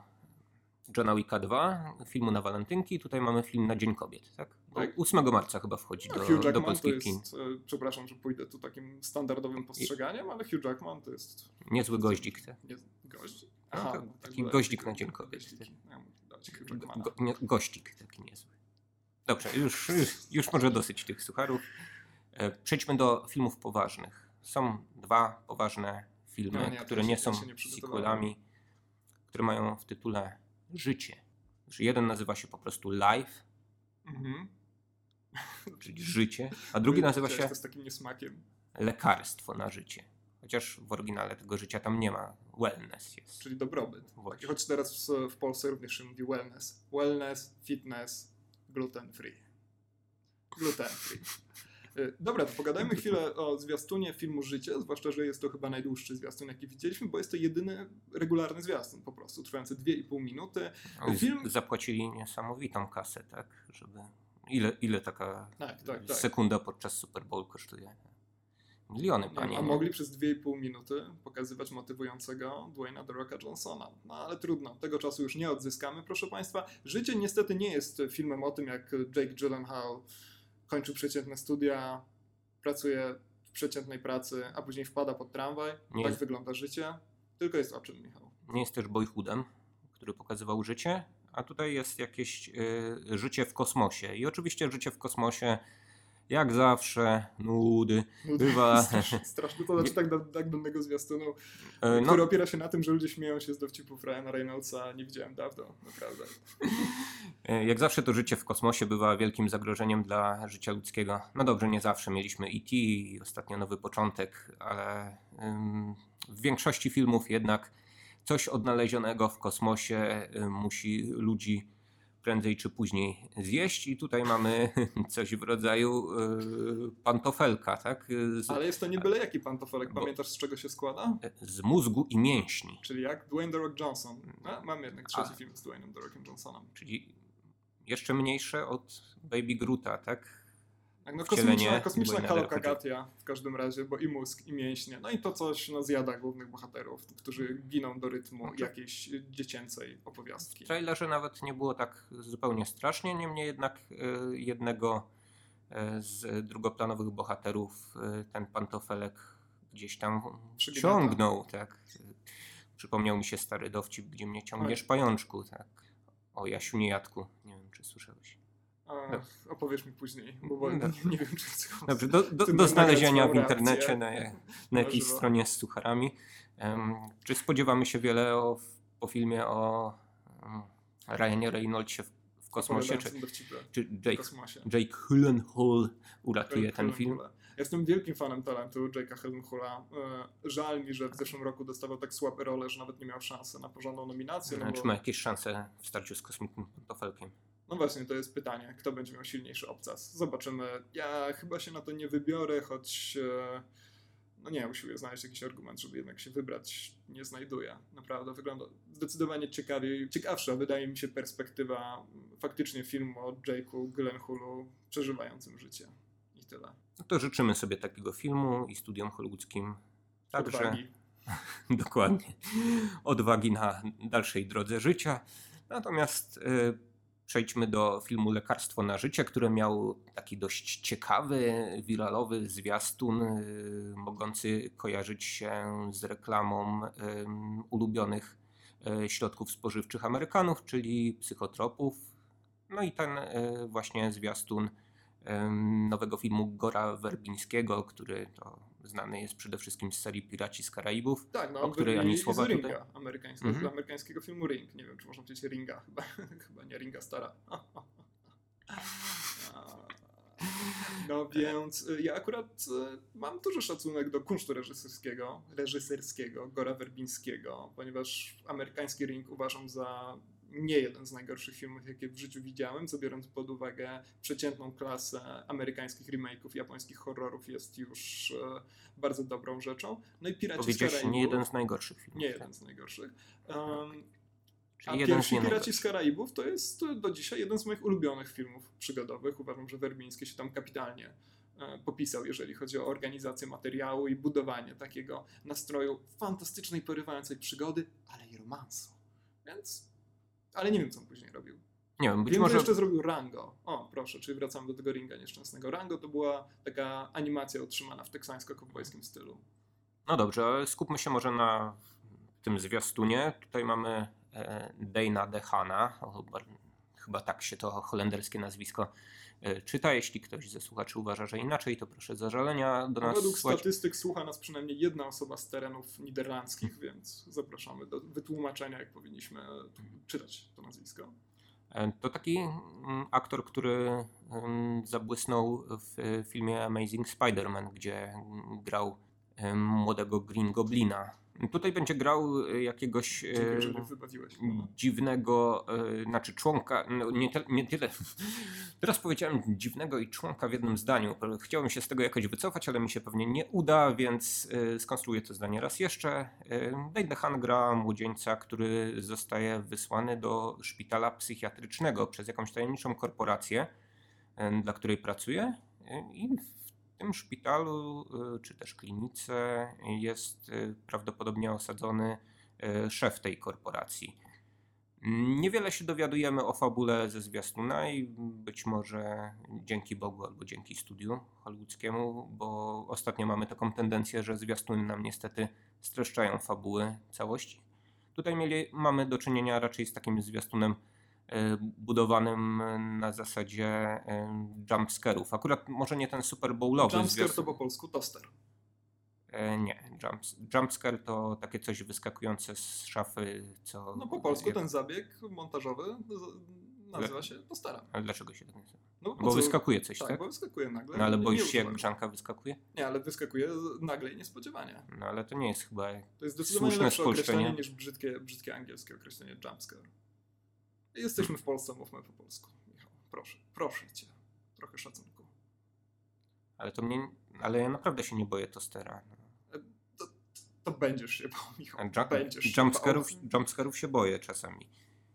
Johna Wicka dwa, filmu na walentynki, tutaj mamy film na Dzień Kobiet, tak? Bo Tak. ósmego marca chyba wchodzi No, do, Hugh do Jackman to polskich kin. jest, e, przepraszam, że pójdę tu takim standardowym postrzeganiem, ale Hugh Jackman to jest... Niezły goździk. Tak? Nie, gość? No, Aha, to tak taki było, goździk taki na Dzień go- Kobiet. goździki. Ja mówię, dać Hugh Go, Jackmana. go, nie, gościk taki niezły. Dobrze, już, już, już może dosyć tych sucharów. E, Przejdźmy do filmów poważnych. Są dwa poważne filmy, No nie, które to nie się- są ja się nie przygotowałem. sequelami, które mają w tytule Życie. Że jeden nazywa się po prostu Life, Mhm. czyli życie, a drugi nazywa Chciałeś się to z takim niesmakiem. Lekarstwo na życie. Chociaż w oryginale tego życia tam nie ma. Wellness jest. Czyli dobrobyt. Właśnie. Taki, choć teraz w, w Polsce również się mówi wellness. Wellness, fitness, gluten free. Gluten free. Y, Dobra, to pogadajmy chwilę o zwiastunie filmu Życie, zwłaszcza, że jest to chyba najdłuższy zwiastun, jaki widzieliśmy, bo jest to jedyny regularny zwiastun po prostu, trwający dwie i pół minuty. Oni Film- Zapłacili niesamowitą kasę, tak? Żeby... Ile, ile taka Tak, tak, tak. sekunda podczas Super Bowl kosztuje? Miliony, Nie, panie. a nie? mogli przez dwie i pół minuty pokazywać motywującego Dwayna The Rocka Johnsona. No ale trudno, tego czasu już nie odzyskamy, proszę Państwa. Życie niestety nie jest filmem o tym, jak Jake Gyllenhaal kończy przeciętne studia, pracuje w przeciętnej pracy, a później wpada pod tramwaj. Nie tak jest- wygląda życie. Tylko jest o czym, Michał? Nie jest też boyhoodem, który pokazywał życie, a tutaj jest jakieś y, życie w kosmosie. I oczywiście życie w kosmosie, jak zawsze, nudy. Bywa- Straszne, straszne. To znaczy tak, do, tak danego zwiastunu, E, który no, opiera się na tym, że ludzie śmieją się z dowcipów Ryana Reynoldsa. Nie widziałem dawno, naprawdę. e, jak zawsze to życie w kosmosie bywa wielkim zagrożeniem dla życia ludzkiego. No dobrze, nie zawsze. Mieliśmy E T i ostatnio Nowy Początek, ale ym, w większości filmów jednak coś odnalezionego w kosmosie y, musi ludzi prędzej czy później zjeść i tutaj mamy coś w rodzaju y, pantofelka, tak? Z, Ale jest to nie byle jaki pantofelek. Bo- Pamiętasz, z czego się składa? z mózgu i mięśni, Czyli jak? Dwayne The Rock Johnson. A, mamy jednak trzeci A. film z Dwayne'em The Rockiem Johnsonem. czyli jeszcze mniejsze od Baby Groota, tak? Tak, no Wcielenie kosmiczna, kosmiczna Dwayne'a The Rocka kalokagatia w każdym razie, bo i mózg, i mięśnie. No i to coś no, zjada głównych bohaterów, którzy giną do rytmu Znaczy- jakiejś dziecięcej opowiastki. W trailerze nawet nie było tak zupełnie strasznie, niemniej jednak y, jednego y, z drugoplanowych bohaterów y, ten pantofelek gdzieś tam Przygniata. ciągnął, tak. Przypomniał mi się stary dowcip, gdzie mnie ciągniesz Oj. pajączku, tak. O Jasiu niejadku, nie wiem czy słyszałeś. A, opowiesz mi później, bo, bo nie, Dobrze. nie wiem, czy chcę. Dobrze, do, do, Chcę do znalezienia w nagrać swoją internecie reakcję. na, na jakiejś żywo. stronie z sucharami. Um, czy spodziewamy się wiele o, po filmie o um, Ryanie Reynoldsie w, w kosmosie? Czy, Opowiadającym dowcipy czy w Jake, kosmosie. Jake Gyllenhaal uratuje ten Helen film? Hula. Ja jestem wielkim fanem talentu Jake'a Gyllenhaala. E, Żal mi, że w zeszłym roku dostawał tak słabe role, że nawet nie miał szansy na porządną nominację. No, Czy bo, ma jakieś szanse w starciu z kosmicznym pantofelkiem? no właśnie, to jest pytanie, kto będzie miał silniejszy obcas. Zobaczymy. Ja chyba się na to nie wybiorę, choć e, no nie, usiłuję znaleźć jakiś argument, żeby jednak się wybrać. Nie znajduję. Naprawdę wygląda zdecydowanie ciekawiej. Ciekawsza wydaje mi się perspektywa faktycznie filmu o Jake'u Gyllenhaalu przeżywającym życie. I tyle. No to życzymy sobie takiego filmu i studiom hollywoodzkim także Odwagi. dokładnie odwagi na dalszej drodze życia. Natomiast y, przejdźmy do filmu Lekarstwo na życie, który miał taki dość ciekawy, wiralowy zwiastun y, mogący kojarzyć się z reklamą y, ulubionych y, środków spożywczych Amerykanów, czyli psychotropów. No i ten y, właśnie zwiastun nowego filmu Gora Werbińskiego, który to znany jest przede wszystkim z serii Piraci z Karaibów, Tak, no o on której ani słowa z tutaj. Ringa, amerykańskiego, Mhm. amerykańskiego filmu Ring. Nie wiem, czy można powiedzieć Ringa, chyba, chyba nie Ringa Stara. No więc y, ja akurat y, mam duży szacunek do kunsztu reżyserskiego, reżyserskiego Gora Werbińskiego, ponieważ amerykański Ring uważam za nie jeden z najgorszych filmów, jakie w życiu widziałem, co biorąc pod uwagę przeciętną klasę amerykańskich remake'ów, japońskich horrorów, jest już e, bardzo dobrą rzeczą. No i Piraci z Powiedziałeś Karaibów. nie jeden z najgorszych filmów. Nie tak? jeden z najgorszych. Um, a Czyli jeden z pierwszy nie Piraci najgorszych. z Karaibów to jest e, do dzisiaj jeden z moich ulubionych filmów przygodowych. Uważam, że Werbiński się tam kapitalnie e, popisał, jeżeli chodzi o organizację materiału i budowanie takiego nastroju fantastycznej, porywającej przygody, ale i romansu. Więc... Ale nie wiem, co on później robił. Nie wiem, być Wiem, może że jeszcze zrobił Rango. O, proszę, czyli wracamy do tego Ringa nieszczęsnego. Rango to była taka animacja utrzymana w teksańsko-kowbojskim stylu. No dobrze, ale skupmy się może na tym zwiastunie. Tutaj mamy e, Dana DeHaana, o, bar- chyba tak się to holenderskie nazwisko e, czyta. Jeśli ktoś ze słuchaczy uważa, że inaczej, to proszę zażalenia do nas Według słać. statystyk słucha nas przynajmniej jedna osoba z terenów niderlandzkich, więc zapraszamy do wytłumaczenia, jak powinniśmy czytać to nazwisko. E, To taki mm, aktor, który mm, zabłysnął w e, filmie Amazing Spider-Man, gdzie mm, grał e, młodego Green Goblina. Tutaj będzie grał e, jakiegoś e, Dziękuję, że mnie wybawiłeś. No. dziwnego, e, znaczy członka, no nie, te, nie tyle, teraz powiedziałem dziwnego i członka w jednym zdaniu. Chciałem się z tego jakoś wycofać, ale mi się pewnie nie uda, więc e, skonstruuję to zdanie raz jeszcze. E, Dane DeHaan gra młodzieńca, który zostaje wysłany do szpitala psychiatrycznego przez jakąś tajemniczą korporację, e, dla której pracuje e, i w tym szpitalu, e, czy też klinice jest e, prawdopodobnie osadzony e, szef tej korporacji. Niewiele się dowiadujemy o fabule ze zwiastuna i być może dzięki Bogu albo dzięki studiu hollywoodzkiemu, bo ostatnio mamy taką tendencję, że zwiastuny nam niestety streszczają fabuły całości. Tutaj mieli, mamy do czynienia raczej z takim zwiastunem e, budowanym na zasadzie e, jumpscarów. Akurat może nie ten super bowlowy Jumpscare to zwiastun. po polsku toster. E, nie, jumps, jumpscare to takie coś wyskakujące z szafy, co... No po polsku jak- ten zabieg montażowy z- nazywa się tosterem. Ale dlaczego się tak nazywa? No, po Bo co- wyskakuje coś, Tak, tak? bo wyskakuje nagle. No ale Nie- boisz nie się, jak używam. grzanka wyskakuje? Nie, ale wyskakuje nagle i niespodziewanie. No ale to nie jest chyba To jest zdecydowanie słuszne lepsze określenie spolszczenie. niż brzydkie, brzydkie angielskie określenie jumpscare. Jesteśmy w Polsce, mówmy po polsku. Michał, proszę, proszę cię, trochę szacunku. Ale to mnie, ale ja naprawdę się nie boję tostera. To, to będziesz się bał, Michał. Jump, Będziesz jumpscarów, się bał. jumpscarów się boję czasami.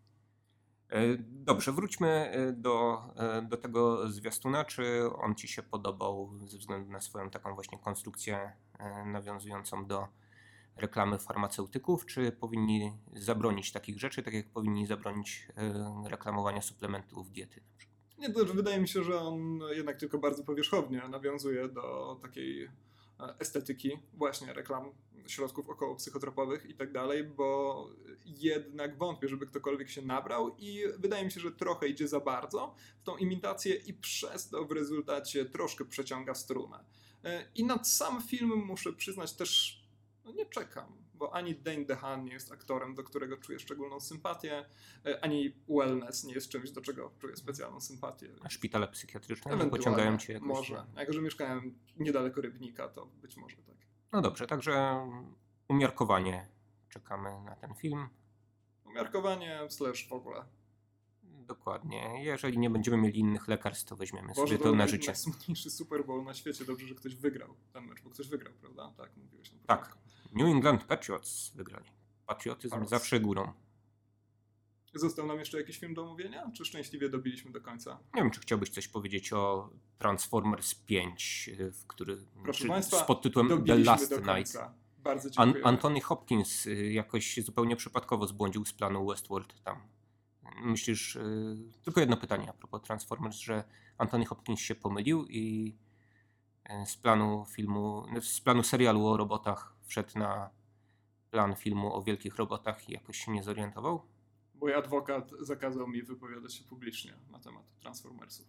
Dobrze, wróćmy do, do tego zwiastuna. Czy on ci się podobał ze względu na swoją taką właśnie konstrukcję nawiązującą do reklamy farmaceutyków? Czy powinni zabronić takich rzeczy, tak jak powinni zabronić reklamowania suplementów diety? Nie, to wydaje mi się, że on jednak tylko bardzo powierzchownie nawiązuje do takiej estetyki właśnie reklam środków okołopsychotropowych i tak dalej, bo jednak wątpię, żeby ktokolwiek się nabrał i wydaje mi się, że trochę idzie za bardzo w tą imitację i przez to w rezultacie troszkę przeciąga strunę. I na sam film muszę przyznać też, no nie czekam, bo ani Dane DeHaan nie jest aktorem, do którego czuję szczególną sympatię, ani Wellness nie jest czymś, do czego czuję specjalną sympatię. A szpitale psychiatryczne nie pociągają cię jakoś? Może. A jako, że mieszkałem niedaleko Rybnika, to być może tak. No dobrze, także umiarkowanie czekamy na ten film. Umiarkowanie slash w ogóle. Dokładnie. Jeżeli nie będziemy mieli innych lekarstw, to weźmiemy Boże, sobie to, to na był życie. najsmutniejszy Super Bowl na świecie. Dobrze, że ktoś wygrał ten mecz, bo ktoś wygrał, prawda? Tak, mówiłeś na Tak. początku. New England Patriots wygrali. Patriotyzm Patriots. zawsze górą. Został nam jeszcze jakiś film do omówienia? Czy szczęśliwie dobiliśmy do końca? Nie wiem, czy chciałbyś coś powiedzieć o Transformers pięć, w który, Proszę czy Państwa, z podtytułem The dobiliśmy Last do Night. końca. Bardzo An- dziękuję. Anthony Hopkins y, jakoś zupełnie przypadkowo zbłądził z planu Westworld tam. Myślisz, y, tylko jedno pytanie a propos Transformers, że Anthony Hopkins się pomylił i y, z planu filmu, z planu serialu o robotach wszedł na plan filmu o wielkich robotach i jakoś się nie zorientował? Mój adwokat zakazał mi wypowiadać się publicznie na temat Transformersów.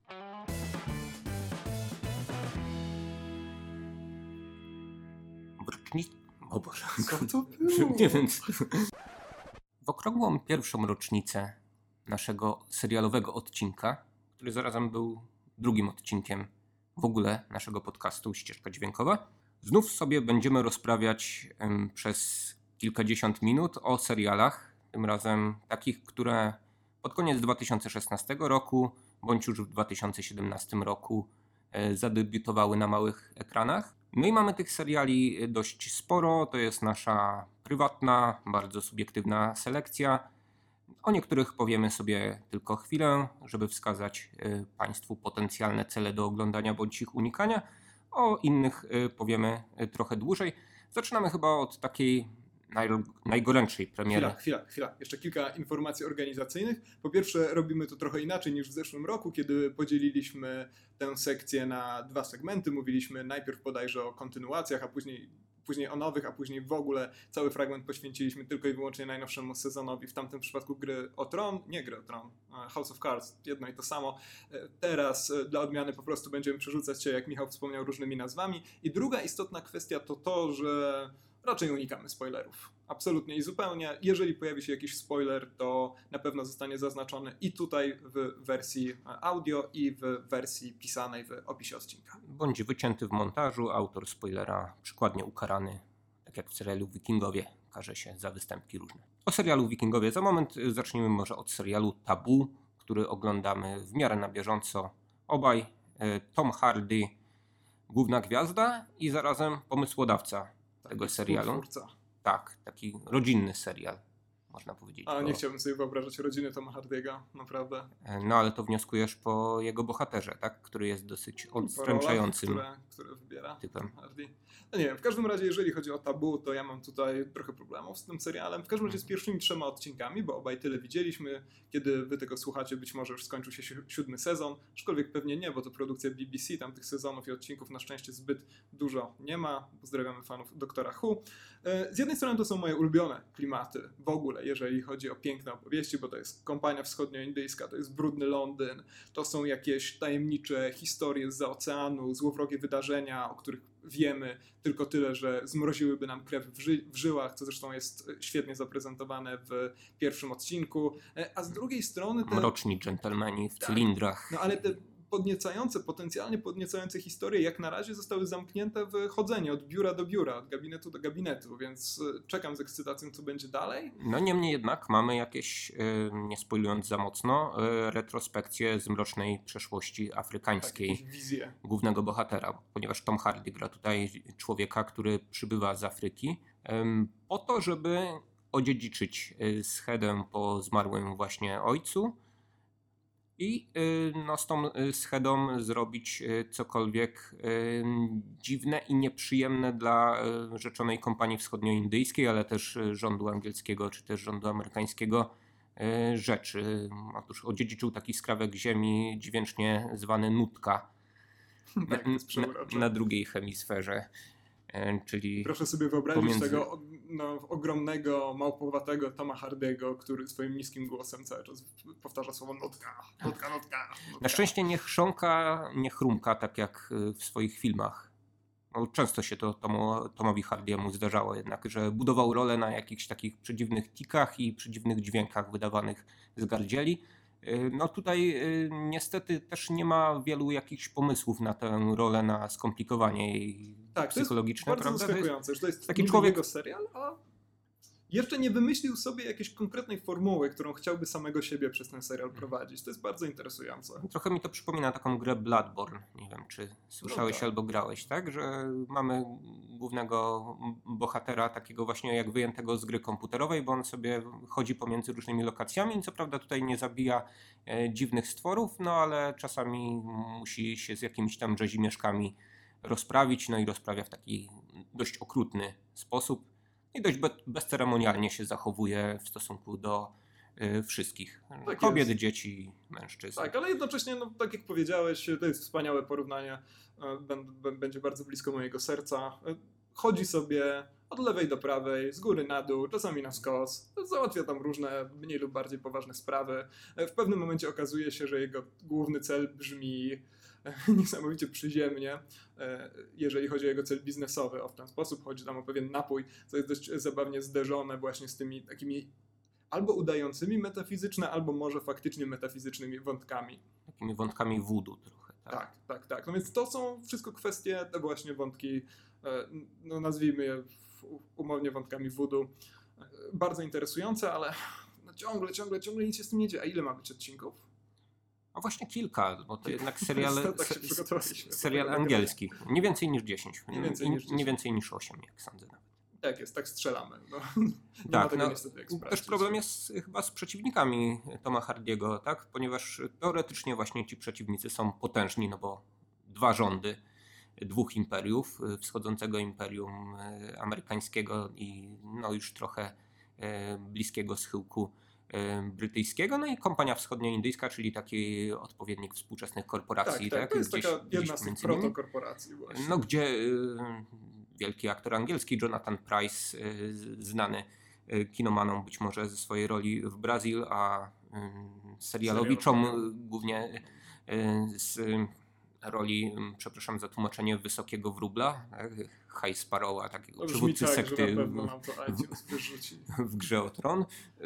W rocznicy... O Boże. Co to było? Nie wiem. W okrągłą pierwszą rocznicę naszego serialowego odcinka, który zarazem był drugim odcinkiem w ogóle naszego podcastu Ścieżka Dźwiękowa, znów sobie będziemy rozprawiać em, przez kilkadziesiąt minut o serialach, tym razem takich, które pod koniec dwa tysiące szesnastego roku, bądź już w dwa tysiące siedemnastym roku e, zadebiutowały na małych ekranach. No i mamy tych seriali dość sporo, to jest nasza prywatna, bardzo subiektywna selekcja. O niektórych powiemy sobie tylko chwilę, żeby wskazać y, Państwu potencjalne cele do oglądania bądź ich unikania. O innych y, powiemy y, trochę dłużej. Zaczynamy chyba od takiej naj, najgorętszej premiery. Chwila, chwila, chwila. Jeszcze kilka informacji organizacyjnych. Po pierwsze, robimy to trochę inaczej niż w zeszłym roku, kiedy podzieliliśmy tę sekcję na dwa segmenty. Mówiliśmy najpierw bodajże o kontynuacjach, a później, później o nowych, a później w ogóle cały fragment poświęciliśmy tylko i wyłącznie najnowszemu sezonowi. W tamtym przypadku Gry o Tron, nie Gry o Tron, House of Cards, jedno i to samo. Teraz dla odmiany po prostu będziemy przerzucać się, jak Michał wspomniał, różnymi nazwami. I druga istotna kwestia to to, że raczej unikamy spoilerów. Absolutnie i zupełnie. Jeżeli pojawi się jakiś spoiler, to na pewno zostanie zaznaczony i tutaj w wersji audio, i w wersji pisanej w opisie odcinka. Bądź wycięty w montażu, autor spoilera przykładnie ukarany, tak jak w serialu Wikingowie, karze się za występki różne. O serialu Wikingowie za moment. Zacznijmy może od serialu Tabu, który oglądamy w miarę na bieżąco. Obaj, Tom Hardy, główna gwiazda i zarazem pomysłodawca tego serialu. Współtwórca. Tak, taki rodzinny serial, można powiedzieć. A bo- nie chciałbym sobie wyobrażać rodziny Toma Hardy'ego, naprawdę. No ale to wnioskujesz po jego bohaterze, tak? Który jest dosyć odstręczającym Po rolach, które, które wybiera typem. Tom Hardy. No nie wiem, w każdym razie, jeżeli chodzi o Tabu, to ja mam tutaj trochę problemów z tym serialem. W każdym razie z pierwszymi trzema odcinkami, bo obaj tyle widzieliśmy. Kiedy wy tego słuchacie, być może już skończył się si- siódmy sezon, aczkolwiek pewnie nie, bo to produkcja B B C, tam tych sezonów i odcinków na szczęście zbyt dużo nie ma. Pozdrawiamy fanów Doktora Who. E, Z jednej strony to są moje ulubione klimaty w ogóle, jeżeli chodzi o piękne opowieści, bo to jest kompania wschodnioindyjska, to jest brudny Londyn, to są jakieś tajemnicze historie zza oceanu, złowrogie wydarzenia, o których wiemy tylko tyle, że zmroziłyby nam krew w, ży- w żyłach, co zresztą jest świetnie zaprezentowane w pierwszym odcinku, E, a z drugiej strony te, Mroczni dżentelmeni w Tak. cylindrach. no ale te podniecające, potencjalnie podniecające historie jak na razie zostały zamknięte w chodzenie od biura do biura, od gabinetu do gabinetu, więc czekam z ekscytacją, co będzie dalej. No niemniej jednak mamy jakieś, nie spoilując za mocno, retrospekcje z mrocznej przeszłości afrykańskiej tak, wizje głównego bohatera, ponieważ Tom Hardy gra tutaj człowieka, który przybywa z Afryki po to, żeby odziedziczyć schedę po zmarłym właśnie ojcu i no, z tą schedą zrobić cokolwiek dziwne i nieprzyjemne dla rzeczonej kompanii wschodnioindyjskiej, ale też rządu angielskiego czy też rządu amerykańskiego rzeczy. Otóż odziedziczył taki skrawek ziemi dźwięcznie zwany Nutka tak, na, na, na drugiej hemisferze. Czyli proszę sobie wyobrazić pomiędzy... tego no, ogromnego, małpowatego Toma Hardego, który swoim niskim głosem cały czas powtarza słowo nutka, nutka, nutka, nutka. Na szczęście nie chrząka, nie chrumka, tak jak w swoich filmach. No, często się to Tomu, Tomowi Hardiemu zdarzało jednak, że budował rolę na jakichś takich przedziwnych tikach i przedziwnych dźwiękach wydawanych z gardzieli. No tutaj niestety też nie ma wielu jakichś pomysłów na tę rolę, na skomplikowanie jej tak, psychologiczne. To jest bardzo prawda? zaskakujące, że to jest taki człowiek... jego serial, a jeszcze nie wymyślił sobie jakiejś konkretnej formuły, którą chciałby samego siebie przez ten serial prowadzić. To jest bardzo interesujące. Trochę mi to przypomina taką grę Bloodborne. Nie wiem, czy słyszałeś no tak. albo grałeś, tak? Że mamy głównego bohatera takiego właśnie jak wyjętego z gry komputerowej, bo on sobie chodzi pomiędzy różnymi lokacjami i co prawda tutaj nie zabija e, dziwnych stworów, no ale czasami musi się z jakimiś tam rzezimieszkami rozprawić, no i rozprawia w taki dość okrutny sposób. I dość be- bezceremonialnie się zachowuje w stosunku do y, wszystkich. Tak kobiet, jest. dzieci, mężczyzn. Tak, ale jednocześnie, no, tak jak powiedziałeś, to jest wspaniałe porównanie. B- będzie bardzo blisko mojego serca. Chodzi sobie od lewej do prawej, z góry na dół, czasami na skos. Załatwia tam różne mniej lub bardziej poważne sprawy. W pewnym momencie okazuje się, że jego główny cel brzmi niesamowicie przyziemnie, jeżeli chodzi o jego cel biznesowy. O, w ten sposób chodzi tam o pewien napój, co jest dość zabawnie zderzone właśnie z tymi takimi albo udającymi metafizyczne, albo może faktycznie metafizycznymi wątkami. Takimi wątkami voodoo trochę. Tak, tak, tak. tak. No więc to są wszystko kwestie, te właśnie wątki, no nazwijmy je umownie wątkami voodoo, bardzo interesujące, ale no ciągle, ciągle, ciągle nic się z tym nie dzieje. A ile ma być odcinków? A właśnie kilka, bo to jednak serial, tak se, serial angielski. Nie więcej niż dziesięć. Nie więcej niż, nie więcej niż osiem, jak sądzę nawet. Tak jest, tak strzelamy. No, nie tak, ma tego no, niestety jak też problem jest chyba z przeciwnikami Toma Hardiego, tak? Ponieważ teoretycznie właśnie ci przeciwnicy są potężni, no bo dwa rządy dwóch imperiów, wschodzącego imperium amerykańskiego i no już trochę bliskiego schyłku brytyjskiego, no i kompania wschodnioindyjska, czyli taki odpowiednik współczesnych korporacji. Tak, tak, tak? to jest Gdzieś, taka jedna gdzieś z tych protokorporacji właśnie. No gdzie y, wielki aktor angielski Jonathan Pryce, y, znany y, kinomanom być może ze swojej roli w Brazil, a y, serialowiczom Serial. głównie y, z roli, przepraszam za tłumaczenie, wysokiego wróbla, tak? High Sparrowa, takiego przywódcy tak, sekty że na nam to iTunes wyrzuci. w grze o Tron.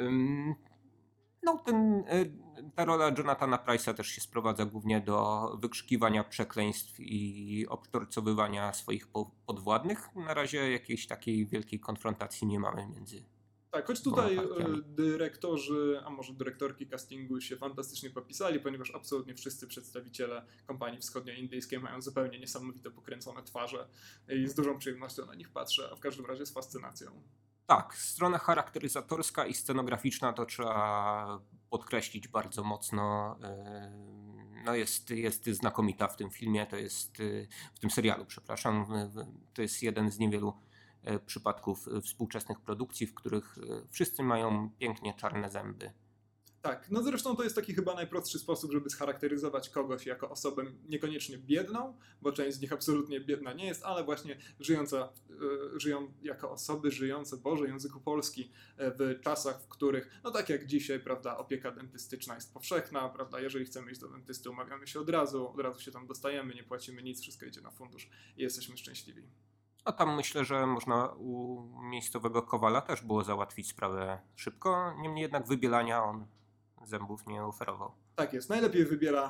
No, ten, ta rola Jonathana Pryce'a też się sprowadza głównie do wykrzykiwania przekleństw i obtorcowywania swoich podwładnych. Na razie jakiejś takiej wielkiej konfrontacji nie mamy między. Tak, choć tutaj dyrektorzy, a może dyrektorki castingu się fantastycznie popisali, ponieważ absolutnie wszyscy przedstawiciele kompanii wschodnioindyjskiej mają zupełnie niesamowite pokręcone twarze i z dużą przyjemnością na nich patrzę, a w każdym razie z fascynacją. Tak, strona charakteryzatorska i scenograficzna to trzeba podkreślić bardzo mocno. No jest, jest znakomita w tym filmie, to jest w tym serialu, przepraszam. To jest jeden z niewielu przypadków współczesnych produkcji, w których wszyscy mają pięknie czarne zęby. Tak, no zresztą to jest taki chyba najprostszy sposób, żeby scharakteryzować kogoś jako osobę niekoniecznie biedną, bo część z nich absolutnie biedna nie jest, ale właśnie żyjąca, y, żyją jako osoby żyjące, Boże, języku polski w czasach, w których, no tak jak dzisiaj, prawda, opieka dentystyczna jest powszechna, prawda, jeżeli chcemy iść do dentysty, umawiamy się od razu, od razu się tam dostajemy, nie płacimy nic, wszystko idzie na fundusz i jesteśmy szczęśliwi. A tam myślę, że można u miejscowego kowala też było załatwić sprawę szybko, niemniej jednak wybielania on zębów nie oferował. Tak jest, najlepiej wybiera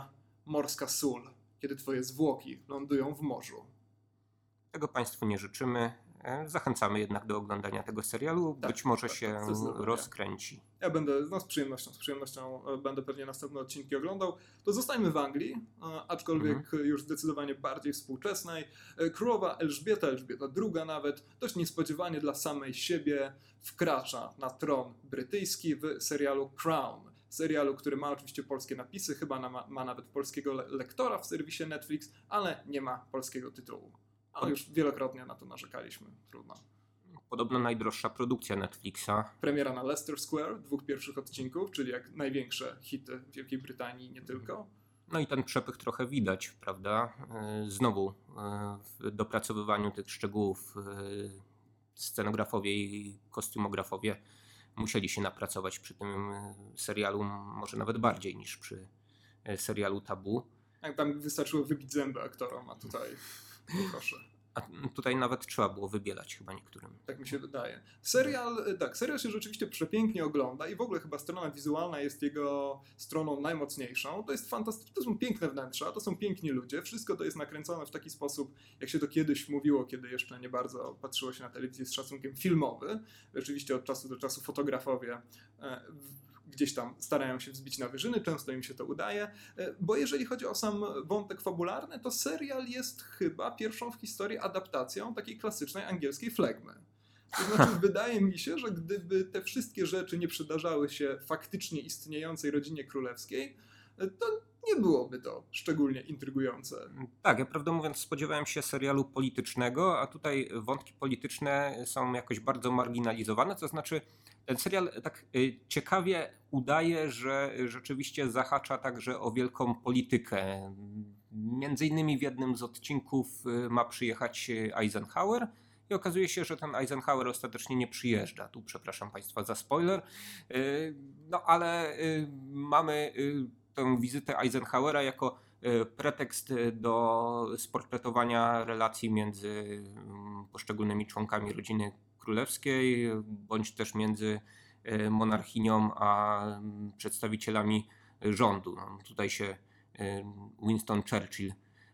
morska sól, kiedy twoje zwłoki lądują w morzu. Tego Państwu nie życzymy. Zachęcamy jednak do oglądania tego serialu. Tak, Być może tak, się tak, zdecydowanie. rozkręci. Ja będę, no z przyjemnością, z przyjemnością będę pewnie następne odcinki oglądał. To zostańmy w Anglii, aczkolwiek mhm. już zdecydowanie bardziej współczesnej. Królowa Elżbieta, Elżbieta druga nawet, dość niespodziewanie dla samej siebie wkracza na tron brytyjski w serialu Crown. Serialu, który ma oczywiście polskie napisy, chyba ma, ma nawet polskiego le- lektora w serwisie Netflix, ale nie ma polskiego tytułu. Ale już wielokrotnie na to narzekaliśmy, trudno. Podobno najdroższa produkcja Netflixa. Premiera na Leicester Square, dwóch pierwszych odcinków, czyli jak największe hity w Wielkiej Brytanii i nie tylko. No i ten przepych trochę widać, prawda? Znowu w dopracowywaniu tych szczegółów scenografowie i kostiumografowie musieli się napracować przy tym serialu, może nawet bardziej niż przy serialu Tabu. Jak tam wystarczyło wybić zęby aktorom, a tutaj no proszę. A tutaj nawet trzeba było wybielać chyba niektórym. Tak mi się wydaje. Serial, tak, serial się rzeczywiście przepięknie ogląda i w ogóle chyba strona wizualna jest jego stroną najmocniejszą. To jest fantastyczne, to są piękne wnętrza, to są piękni ludzie. Wszystko to jest nakręcone w taki sposób, jak się to kiedyś mówiło, kiedy jeszcze nie bardzo patrzyło się na telewizję z szacunkiem, filmowy. Rzeczywiście od czasu do czasu fotografowie gdzieś tam starają się wzbić na wyżyny, często im się to udaje, bo jeżeli chodzi o sam wątek fabularny, to serial jest chyba pierwszą w historii adaptacją takiej klasycznej angielskiej flegmy. To znaczy wydaje mi się, że gdyby te wszystkie rzeczy nie przydarzały się faktycznie istniejącej rodzinie królewskiej, to nie byłoby to szczególnie intrygujące. Tak, ja prawdę mówiąc spodziewałem się serialu politycznego, a tutaj wątki polityczne są jakoś bardzo marginalizowane, to znaczy ten serial tak ciekawie udaje, że rzeczywiście zahacza także o wielką politykę. Między innymi w jednym z odcinków ma przyjechać Eisenhower i okazuje się, że ten Eisenhower ostatecznie nie przyjeżdża. Tu przepraszam Państwa za spoiler. No ale mamy tę wizytę Eisenhowera jako pretekst do sportretowania relacji między poszczególnymi członkami rodziny królewskiej, bądź też między monarchinią a przedstawicielami rządu. No, tutaj się Winston Churchill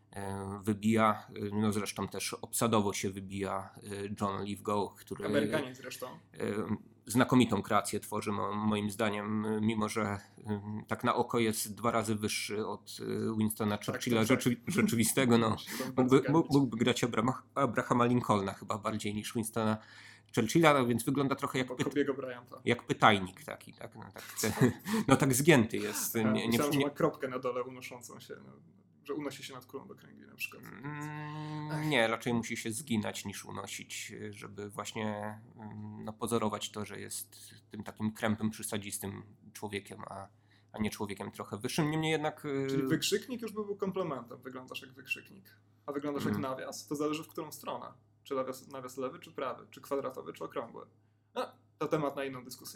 wybija, no zresztą też obsadowo się wybija John Lithgow, który Amerykanie zresztą. znakomitą kreację tworzy moim zdaniem, mimo że tak na oko jest dwa razy wyższy od Winstona Churchilla tak, tak. rzeczywistego. No, mógłby, mógłby grać Abrahama, Abrahama Lincolna chyba bardziej niż Winstona Churchilla, no więc wygląda trochę jak, py... jak pytajnik taki, tak, no, tak, no tak zgięty jest. Nie, nie, Myślałem, nie... że ma kropkę na dole unoszącą się, no, że unosi się nad kulą do kręgi na przykład. Mm, nie, raczej musi się zginać niż unosić, żeby właśnie no, pozorować to, że jest tym takim krępym, przysadzistym człowiekiem, a, a nie człowiekiem trochę wyższym. Niemniej jednak... Czyli wykrzyknik już by był komplementem. Wyglądasz jak wykrzyknik. A wyglądasz jak nawias. To zależy w którą stronę. Czy nawias, nawias lewy, czy prawy, czy kwadratowy, czy okrągły. No, to temat na inną dyskusję.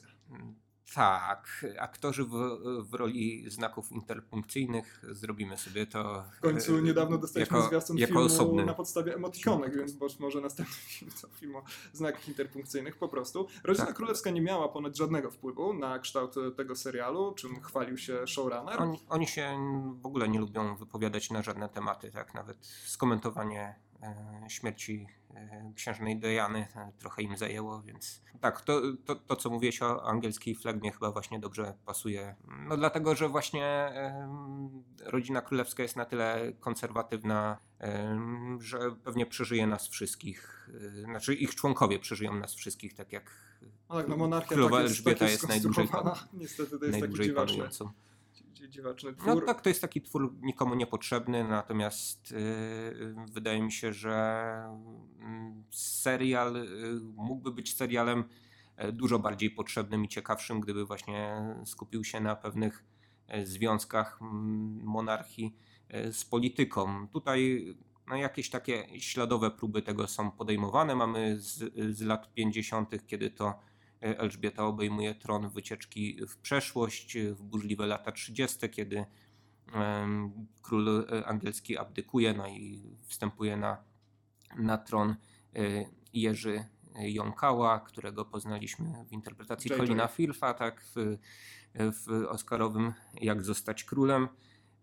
Tak, aktorzy w, w roli znaków interpunkcyjnych, zrobimy sobie to. W końcu niedawno dostaliśmy jako, zwiastun jako filmu osobny. na podstawie emotikonek, więc być może następny film to film o znakach interpunkcyjnych po prostu. Rodzina tak. królewska nie miała ponad żadnego wpływu na kształt tego serialu, czym chwalił się showrunner. Oni, oni się w ogóle nie lubią wypowiadać na żadne tematy, tak? Nawet skomentowanie e, śmierci e, księżnej Diany e, trochę im zajęło, więc tak, to, to, to co mówiłeś o angielskiej flegmie chyba właśnie dobrze pasuje. No dlatego, że właśnie e, rodzina królewska jest na tyle konserwatywna, e, że pewnie przeżyje nas wszystkich, e, znaczy ich członkowie przeżyją nas wszystkich, tak jak no tak, no monarchia królowa tak Elżbieta jest, jest najdłużej, niestety to jest taki dziwaczny, dziwaczny twór. No tak, to jest taki twór nikomu niepotrzebny, natomiast yy, wydaje mi się, że yy, serial yy, mógłby być serialem yy, dużo bardziej potrzebnym i ciekawszym, gdyby właśnie skupił się na pewnych yy, związkach yy, monarchii yy, z polityką. Tutaj no, jakieś takie śladowe próby tego są podejmowane. Mamy z, z lat pięćdziesiątych, kiedy to Elżbieta obejmuje tron, wycieczki w przeszłość, w burzliwe lata trzydzieste, kiedy um, król angielski abdykuje, no i wstępuje na, na tron y, Jerzy Jąkała, którego poznaliśmy w interpretacji Colina Firtha, tak, w, w oscarowym Jak zostać królem.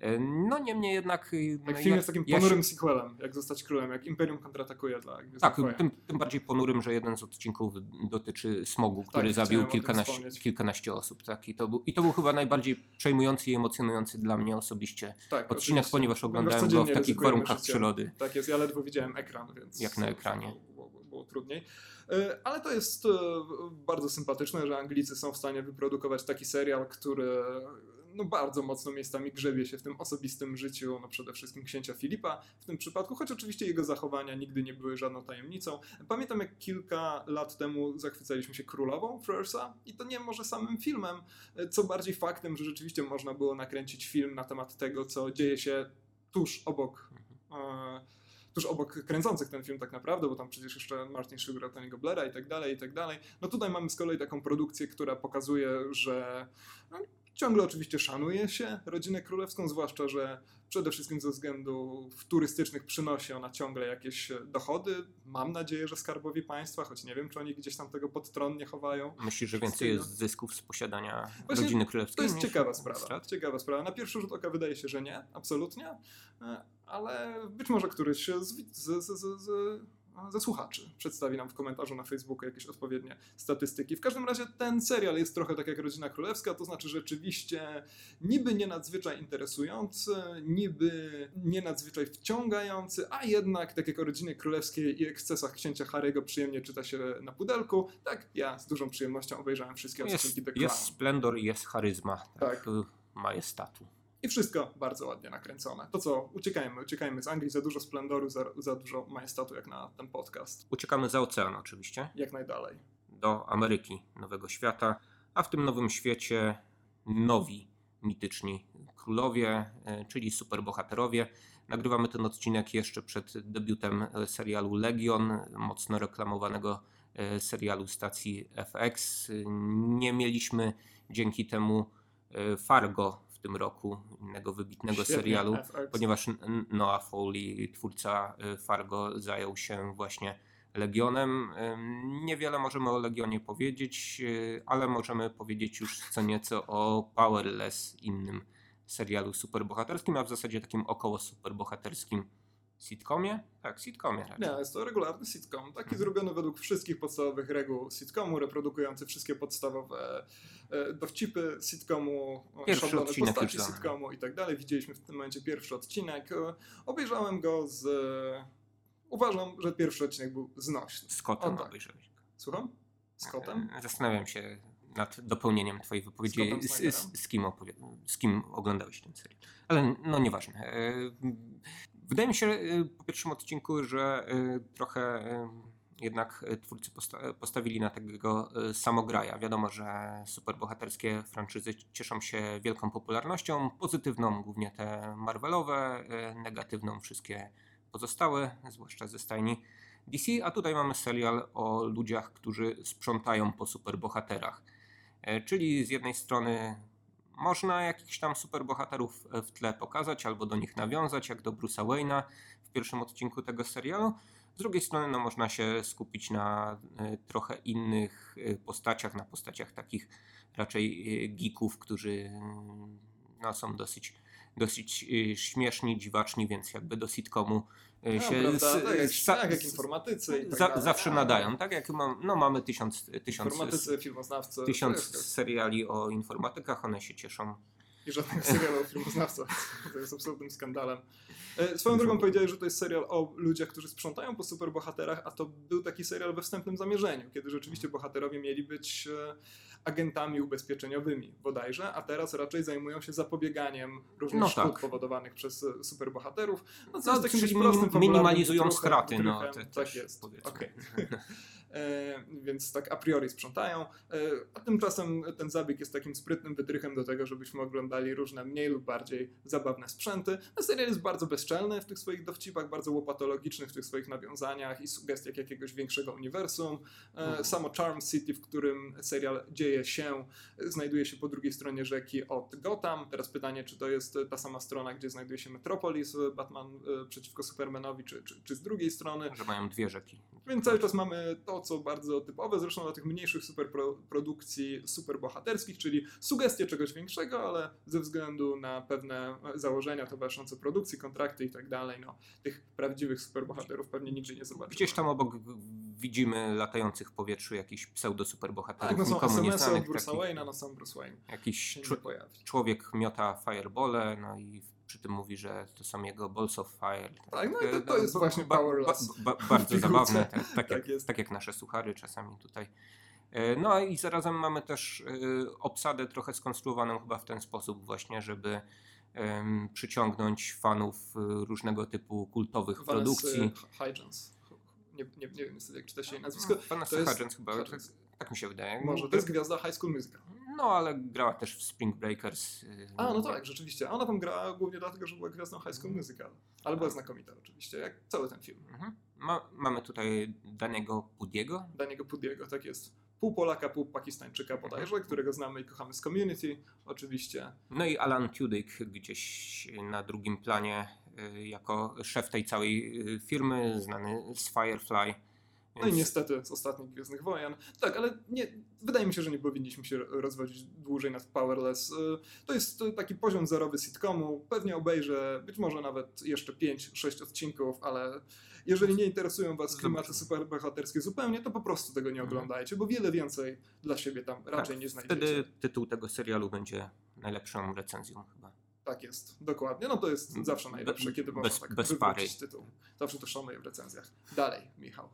No niemniej jednak... Tak, no, film ja, jest takim ja ponurym się... sequelem, jak zostać królem, jak Imperium kontratakuje dla Tak, tym, tym bardziej ponurym, że jeden z odcinków dotyczy smogu, który tak, zabił kilkanaście, kilkanaście osób. Tak? I, to był, I to był chyba najbardziej przejmujący i emocjonujący dla mnie osobiście tak, odcinek, oczywiście. Ponieważ oglądałem go w takich warunkach życia. przyrody. Tak jest, ja ledwo widziałem ekran, więc... Jak na ekranie. Było, było trudniej. Ale to jest bardzo sympatyczne, że Anglicy są w stanie wyprodukować taki serial, który no bardzo mocno miejscami grzebie się w tym osobistym życiu, no przede wszystkim księcia Filipa w tym przypadku, choć oczywiście jego zachowania nigdy nie były żadną tajemnicą. Pamiętam, jak kilka lat temu zachwycaliśmy się królową Frearsa i to nie może samym filmem, co bardziej faktem, że rzeczywiście można było nakręcić film na temat tego, co dzieje się tuż obok e, tuż obok kręcących ten film tak naprawdę, bo tam przecież jeszcze Martin Sheen grał Tony'ego Blaira i tak dalej, i tak dalej. No tutaj mamy z kolei taką produkcję, która pokazuje, że no, ciągle oczywiście szanuje się rodzinę królewską, zwłaszcza, że przede wszystkim ze względów turystycznych przynosi ona ciągle jakieś dochody. Mam nadzieję, że skarbowi państwa, choć nie wiem, czy oni gdzieś tam tego podtronnie chowają. Myślisz, że więcej jest zysków z posiadania Właśnie rodziny królewskiej? To jest ciekawa sprawa. Ciekawa sprawa. Na pierwszy rzut oka wydaje się, że nie, absolutnie, ale być może któryś z, z, z, z, z ze słuchaczy przedstawi nam w komentarzu na Facebooku jakieś odpowiednie statystyki. W każdym razie ten serial jest trochę tak jak Rodzina Królewska, to znaczy rzeczywiście niby nie nadzwyczaj interesujący, niby nie nadzwyczaj wciągający, a jednak tak jak o Rodzinie Królewskiej i ekscesach księcia Harry'ego przyjemnie czyta się na pudelku, tak ja z dużą przyjemnością obejrzałem wszystkie odcinki The Crown. Jest splendor i jest charyzma, tak, tak. majestatu. I wszystko bardzo ładnie nakręcone. To co, uciekajmy, uciekajmy z Anglii, za dużo splendoru, za, za dużo majestatu jak na ten podcast. Uciekamy za ocean oczywiście. Jak najdalej. Do Ameryki, nowego świata, a w tym nowym świecie nowi mityczni królowie, czyli superbohaterowie. Nagrywamy ten odcinek jeszcze przed debiutem serialu Legion, mocno reklamowanego serialu stacji F X. Nie mieliśmy dzięki temu Fargo w tym roku, innego wybitnego Świetnie, serialu, F X. Ponieważ Noah Fawley, twórca Fargo, zajął się właśnie Legionem. Niewiele możemy o Legionie powiedzieć, ale możemy powiedzieć już co nieco o Powerless, innym serialu superbohaterskim, a w zasadzie takim około superbohaterskim sitcomie? Tak, sitcomie raczej. Nie, jest to regularny sitcom, taki hmm. zrobiony według wszystkich podstawowych reguł sitcomu, reprodukujący wszystkie podstawowe e, dowcipy sitcomu, szablony postaci już sitcomu i tak dalej. Widzieliśmy w tym momencie pierwszy odcinek. E, obejrzałem go z... E, uważam, że pierwszy odcinek był znośny. Z kotem tak. obejrzałeś. Słucham? Z kotem? E, zastanawiam się nad dopełnieniem twojej wypowiedzi, z, z, z, z, kim opowi- z kim oglądałeś ten serial. Ale no nieważne. E, Wydaje mi się po pierwszym odcinku, że trochę jednak twórcy posta- postawili na tego samograja. Wiadomo, że superbohaterskie franczyzy cieszą się wielką popularnością, pozytywną głównie te Marvelowe, negatywną wszystkie pozostałe, zwłaszcza ze stajni D C, a tutaj mamy serial o ludziach, którzy sprzątają po superbohaterach. Czyli z jednej strony można jakichś tam superbohaterów w tle pokazać albo do nich nawiązać, jak do Bruce'a Wayne'a w pierwszym odcinku tego serialu. Z drugiej strony no, można się skupić na y, trochę innych y, postaciach, na postaciach takich raczej y, geeków, którzy y, no, są dosyć, dosyć y, śmieszni, dziwaczni, więc jakby do sitcomu y, no, się z, tak, jak, sa, tak jak informatycy i tak za, zawsze nadają, tak jak mam, no, mamy tysiąc, tysiąc, informatycy, filmoznawcy, tysiąc seriali o informatykach, one się cieszą. I żadnego serialu o filmoznawcach. To jest absolutnym skandalem. Swoją drogą powiedziałeś, że to jest serial o ludziach, którzy sprzątają po superbohaterach, a to był taki serial we wstępnym zamierzeniu, kiedy rzeczywiście bohaterowie mieli być agentami ubezpieczeniowymi bodajże, a teraz raczej zajmują się zapobieganiem różnych no szkód tak. powodowanych przez superbohaterów. No, co no, jest takim czyli prostym, minimalizują straty. No, te, tak jest. Okay. E, więc tak a priori sprzątają, e, a tymczasem ten zabieg jest takim sprytnym wytrychem do tego, żebyśmy oglądali różne mniej lub bardziej zabawne sprzęty. Ten serial jest bardzo bezczelny w tych swoich dowcipach, bardzo łopatologiczny w tych swoich nawiązaniach i sugestiach jakiegoś większego uniwersum. E, samo Charm City, w którym serial dzieje się, znajduje się po drugiej stronie rzeki od Gotham. Teraz pytanie, czy to jest ta sama strona, gdzie znajduje się Metropolis, Batman e, przeciwko Supermanowi, czy, czy, czy z drugiej strony. Że mają dwie rzeki. Więc cały czas mamy to, co bardzo typowe, zresztą dla tych mniejszych superprodukcji superbohaterskich, czyli sugestie czegoś większego, ale ze względu na pewne założenia towarzyszące produkcji, kontrakty i tak dalej, no, tych prawdziwych superbohaterów pewnie nigdy nie zobaczymy. Gdzieś tam obok widzimy latających w powietrzu jakichś pseudo-superbohaterów. Tak, no są nikomu es em esy od nieznanych, Bruce'a takich- Wayne'a, no sam Bruce Wayne Jakiś się nie czu- pojawi. człowiek miota firebole, no i przy tym mówi, że to są jego balls of fire. Tak, no i to- e, to jest właśnie powerless Ba, ba, bardzo w figurce. zabawne, tak, tak, Tak jak, jest. tak jak nasze suchary czasami tutaj. E, No i zarazem mamy też e, obsadę trochę skonstruowaną chyba w ten sposób właśnie, żeby em, przyciągnąć fanów e, różnego typu kultowych produkcji. Hudgens. Nie, nie, nie wiem niestety jak czyta się jej nazwisko. Vanessa to jest- Hudgens chyba, Hudgens. Tak, tak mi się wydaje. Może, to jest gwiazda High School Musical. No ale grała też w Spring Breakers. e, A, no tak, rzeczywiście. A ona tam grała głównie dlatego, że była gwiazdą High School Musical. Ale była znakomita oczywiście, jak cały ten film. Mhm. Ma, mamy tutaj Daniego Pudiego. Daniego Pudiego, tak jest. Pół Polaka, pół Pakistańczyka bodajże, którego znamy i kochamy z Community, oczywiście. No i Alan Tudyk gdzieś na drugim planie y, jako szef tej całej y, firmy, znany z Firefly. No i Więc niestety z ostatnich Gwiezdnych Wojen. Tak, ale nie, wydaje mi się, że nie powinniśmy się rozwodzić dłużej nad Powerless. Y, To jest y, taki poziom zerowy sitcomu. Pewnie obejrzę być może nawet jeszcze pięć sześć odcinków, ale jeżeli nie interesują was klimaty superbohaterskie zupełnie, to po prostu tego nie oglądajcie, bo wiele więcej dla siebie tam raczej nie znajdziecie. wtedy tytuł tego serialu będzie najlepszą recenzją chyba. Tak jest, dokładnie. No to jest zawsze najlepsze, Be- kiedy bez- można tak bez wywrócić pary. tytuł. Zawsze to szanuję w recenzjach. Dalej, Michał.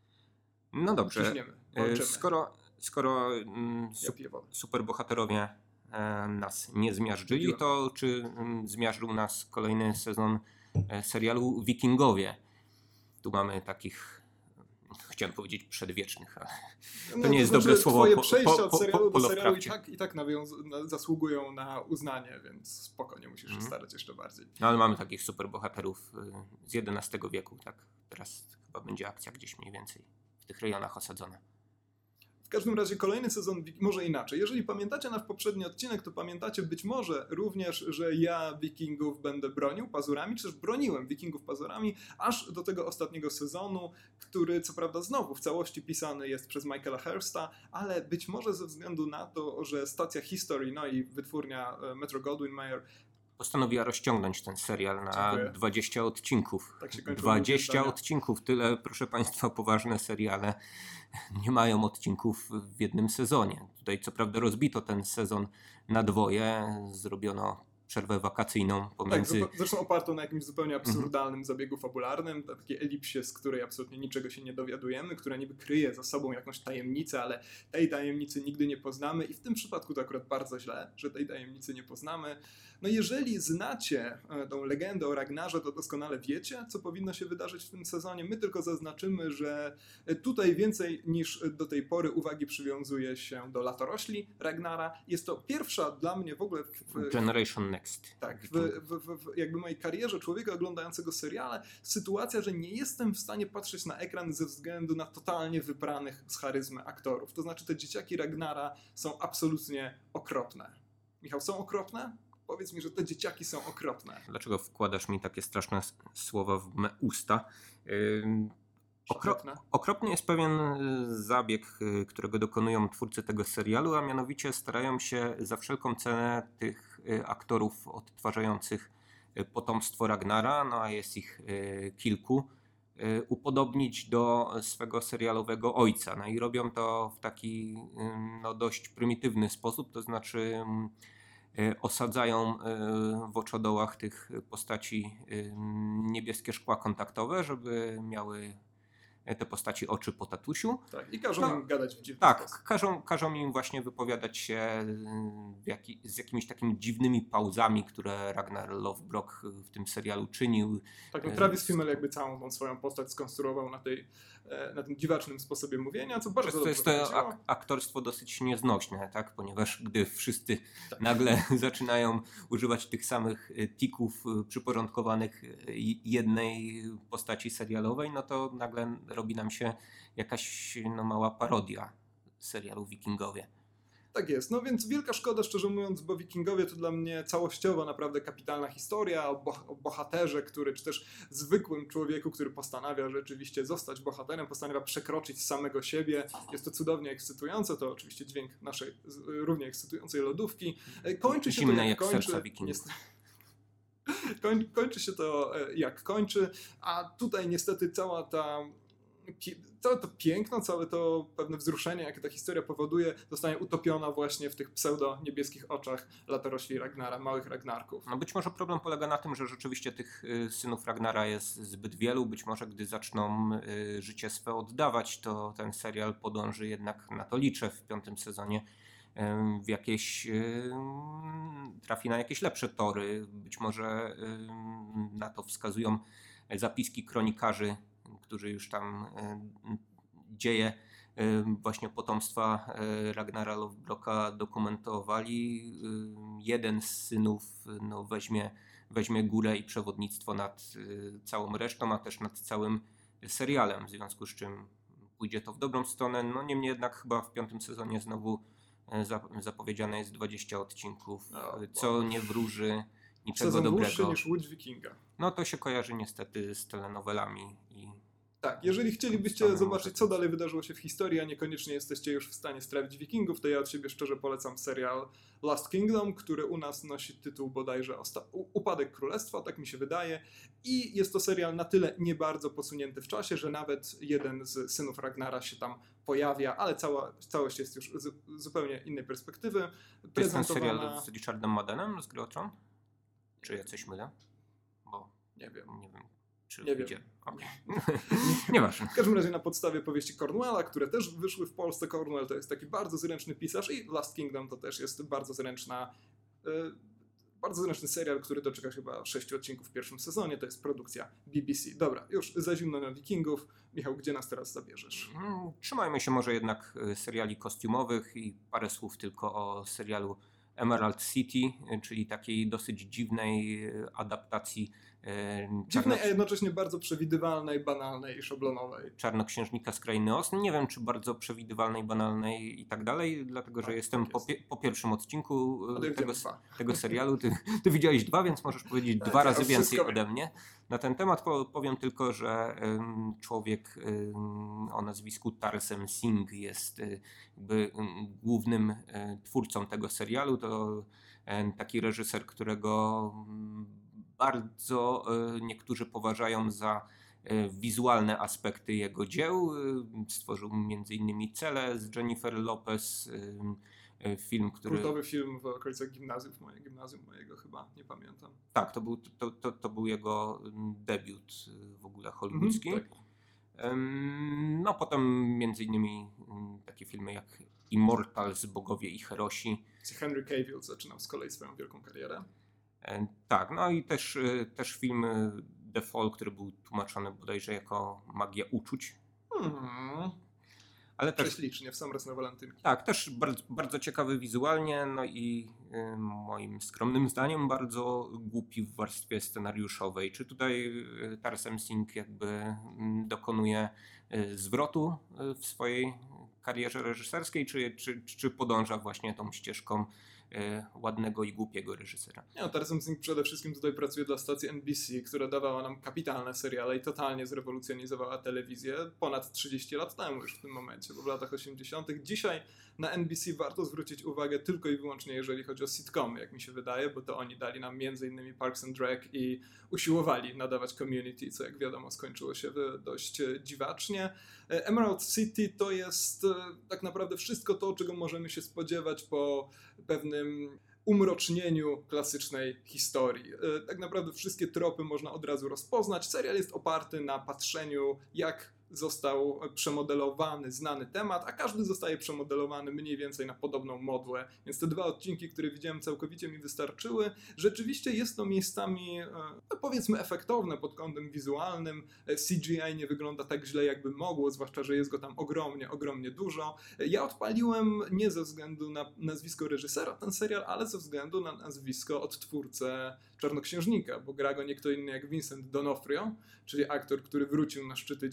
No dobrze, Ciśniemy, y, walczymy. skoro, skoro mm, Ja su- piję wodę. superbohaterowie e, nas nie zmiażdżyli, Lubiłem. to czy mm, zmiażdżył nas kolejny sezon e, serialu Wikingowie? Tu mamy takich, chciałem powiedzieć przedwiecznych, ale No, nie jest znaczy, dobre słowo Twoje po- przejścia po- od po- serialu po do serialu i Lovecrafcie. tak, i tak nawiąz- na, zasługują na uznanie, więc spokojnie musisz się Mhm. starać jeszcze bardziej. No ale mamy takich superbohaterów y, z jedenastego wieku, tak? Teraz chyba będzie akcja gdzieś mniej więcej w tych rejonach osadzona. W każdym razie kolejny sezon, Wik- może inaczej. Jeżeli pamiętacie nasz poprzedni odcinek, to pamiętacie być może również, że ja Wikingów będę bronił pazurami, czy też broniłem Wikingów pazurami, aż do tego ostatniego sezonu, który co prawda znowu w całości pisany jest przez Michaela Hursta, ale być może ze względu na to, że stacja History, no i wytwórnia e, Metro-Goldwyn-Mayer Postanowiła rozciągnąć ten serial na Dziękuję. dwadzieścia odcinków. Tak się kończą dwadzieścia długie zdania. odcinków, tyle, proszę Państwa, poważne seriale nie mają odcinków w jednym sezonie. Tutaj co prawda rozbito ten sezon na dwoje, zrobiono przerwę wakacyjną Tak, pomiędzy... zupe- zresztą opartą na jakimś zupełnie absurdalnym zabiegu fabularnym, na takiej elipsie, z której absolutnie niczego się nie dowiadujemy, która niby kryje za sobą jakąś tajemnicę, ale tej tajemnicy nigdy nie poznamy i w tym przypadku to akurat bardzo źle, że tej tajemnicy nie poznamy. No jeżeli znacie e, tą legendę o Ragnarze, to doskonale wiecie, co powinno się wydarzyć w tym sezonie. My tylko zaznaczymy, że e, tutaj więcej niż do tej pory uwagi przywiązuje się do latorośli Ragnara. Jest to pierwsza dla mnie w ogóle... W, Generation Next. tak, w, w, w, w jakby mojej karierze człowieka oglądającego seriale, sytuacja, że nie jestem w stanie patrzeć na ekran ze względu na totalnie wybranych z charyzmy aktorów. To znaczy te dzieciaki Ragnara są absolutnie okropne. Michał, są okropne? Powiedz mi, że te dzieciaki są okropne. Dlaczego wkładasz mi takie straszne s- słowa w me usta? Ym, Okro, Okropne. okropny jest pewien y, zabieg, y, którego dokonują twórcy tego serialu, a mianowicie starają się za wszelką cenę tych y, aktorów odtwarzających y, potomstwo Ragnara, no a jest ich y, kilku, y, upodobnić do swego serialowego ojca. No i robią to w taki y, no, dość prymitywny sposób, to znaczy y, y, osadzają y, w oczodołach tych postaci y, niebieskie szkła kontaktowe, żeby miały te postaci oczy po tatusiu. Tak, i każą No, im gadać w dziwny Tak, sposób. każą, każą im właśnie wypowiadać się w jaki, z jakimiś takimi dziwnymi pauzami, które Ragnar Lothbrok w tym serialu czynił. Tak, no e, Travis Fimmel jakby całą tą swoją postać skonstruował na, tej, e, na tym dziwacznym sposobie mówienia, co bardzo Przez to dobrze jest to wychodziło. ak- aktorstwo dosyć nieznośne, tak? Ponieważ gdy wszyscy Tak. nagle zaczynają używać tych samych e, tików e, przyporządkowanych e, jednej postaci serialowej, no to nagle robi nam się jakaś no, mała parodia serialu Wikingowie. Tak jest, no więc wielka szkoda, szczerze mówiąc, bo Wikingowie to dla mnie całościowo naprawdę kapitalna historia o, bo- o bohaterze, który, czy też zwykłym człowieku, który postanawia rzeczywiście zostać bohaterem, postanawia przekroczyć samego siebie. Jest to cudownie ekscytujące, to oczywiście dźwięk naszej z- równie ekscytującej lodówki. E, Kończy się to Zimne jak jak kończy. serca Wikingów. Niestety- Koń, kończy się to e, jak kończy, a tutaj niestety cała ta pie- całe to piękno, całe to pewne wzruszenie, jakie ta historia powoduje, zostanie utopiona właśnie w tych pseudo-niebieskich oczach latorośli Ragnara, małych Ragnarków. No być może problem polega na tym, że rzeczywiście tych y, synów Ragnara jest zbyt wielu. Być może gdy zaczną y, życie swe oddawać, to ten serial podąży jednak, na to liczę, w piątym sezonie y, w jakieś y, trafi na jakieś lepsze tory. Być może y, na to wskazują zapiski kronikarzy, którzy już tam y, dzieje y, właśnie potomstwa y, Ragnara Lothbroka dokumentowali. Y, Jeden z synów no, weźmie, weźmie górę i przewodnictwo nad y, całą resztą, a też nad całym serialem, w związku z czym pójdzie to w dobrą stronę. No niemniej jednak chyba w piątym sezonie znowu y, za- zapowiedziane jest dwadzieścia odcinków, O, y, co nie wróży niczego Sezon dłuższy dobrego. niż Łódź Wikinga. No to się kojarzy niestety z telenowelami i Tak, jeżeli chcielibyście Samym zobaczyć, może co być. dalej wydarzyło się w historii, a niekoniecznie jesteście już w stanie strawić Wikingów, to ja od siebie szczerze polecam serial Last Kingdom, który u nas nosi tytuł bodajże Osta- U- Upadek Królestwa, tak mi się wydaje. I jest to serial na tyle nie bardzo posunięty w czasie, że nawet jeden z synów Ragnara się tam pojawia, ale cała, całość jest już z zupełnie innej perspektywy. to jest ten serial Prezentowana... z Richardem Maddenem z Gry o Tron? Czy ja coś mylę? Bo Nie wiem. nie wiem, czy Nie wiem. widziałem. Okay. Nieważne. W każdym razie na podstawie powieści Cornwella, które też wyszły w Polsce. Cornwell to jest taki bardzo zręczny pisarz i Last Kingdom to też jest bardzo zręczna, y, bardzo zręczny serial, który doczeka się chyba sześciu odcinków w pierwszym sezonie. To jest produkcja B B C. Dobra, już za zimno na Wikingów. Michał, gdzie nas teraz zabierzesz? Mm, Trzymajmy się może jednak y, seriali kostiumowych i parę słów tylko o serialu Emerald City, y, czyli takiej dosyć dziwnej y, adaptacji y, Dziwnej, czarno- a jednocześnie bardzo przewidywalnej, banalnej i szablonowej. Czarnoksiężnika z Krainy Ost. Nie wiem, czy bardzo przewidywalnej, banalnej i tak dalej, dlatego że Tak, jestem tak po, jest. pie- po pierwszym odcinku y, Ale tego, tego, dwa. tego serialu. Ty, ty widziałeś dwa, więc możesz powiedzieć Tak, dwa ja razy już więcej wszystko ode mnie na ten temat. Po, powiem tylko, że ym, człowiek ym, o nazwisku Tarsem Singh jest y, jakby ym, głównym y, twórcą tego serialu. To y, taki reżyser, którego ym, bardzo y, niektórzy poważają za y, wizualne aspekty jego dzieł. Y, Stworzył między innymi Cele z Jennifer Lopez, y, y, film, który... Kultowy film w okolicach gimnazjum, moje, gimnazjum mojego chyba, nie pamiętam. Tak, to był, to, to, to był jego mm, debiut y, w ogóle hollywoodzki. Mhm, tak. Ym, No potem między innymi mm, takie filmy jak Immortals, Bogowie i Herosi. Henry Cavill zaczynał z kolei swoją wielką karierę. E, Tak, no i też, y, też film y, The Fall, który był tłumaczony bodajże jako Magia Uczuć. Hmm. Ale też, Prześlicznie, w sam raz na walentynki. tak, też bardzo, bardzo ciekawy wizualnie, no i y, moim skromnym zdaniem bardzo głupi w warstwie scenariuszowej. Czy tutaj y, Tarsem Singh jakby mm, dokonuje y, zwrotu y, w swojej karierze reżyserskiej, czy, czy, czy podąża właśnie tą ścieżką y, ładnego i głupiego reżysera? Nie, no, Tarsem Singh przede wszystkim tutaj pracuje dla stacji N B C, która dawała nam kapitalne seriale i totalnie zrewolucjonizowała telewizję ponad trzydzieści lat temu już w tym momencie, bo w latach osiemdziesiątych. Dzisiaj na N B C warto zwrócić uwagę tylko i wyłącznie jeżeli chodzi o sitcomy, jak mi się wydaje, bo to oni dali nam między innymi Parks and Rec i usiłowali nadawać Community, co jak wiadomo skończyło się dość dziwacznie. Emerald City to jest tak naprawdę wszystko to, czego możemy się spodziewać po pewnym umrocznieniu klasycznej historii. Tak naprawdę wszystkie tropy można od razu rozpoznać. Serial jest oparty na patrzeniu, jak został przemodelowany znany temat, a każdy zostaje przemodelowany mniej więcej na podobną modłę, więc te dwa odcinki, które widziałem, całkowicie mi wystarczyły. Rzeczywiście jest to miejscami, no powiedzmy, efektowne pod kątem wizualnym. C G I nie wygląda tak źle, jakby mogło, zwłaszcza, że jest go tam ogromnie, ogromnie dużo. Ja odpaliłem nie ze względu na nazwisko reżysera ten serial, ale ze względu na nazwisko odtwórcę Czarnoksiężnika, bo gra go nie kto inny jak Vincent D'Onofrio, czyli aktor, który wrócił na szczyty dzięki swojej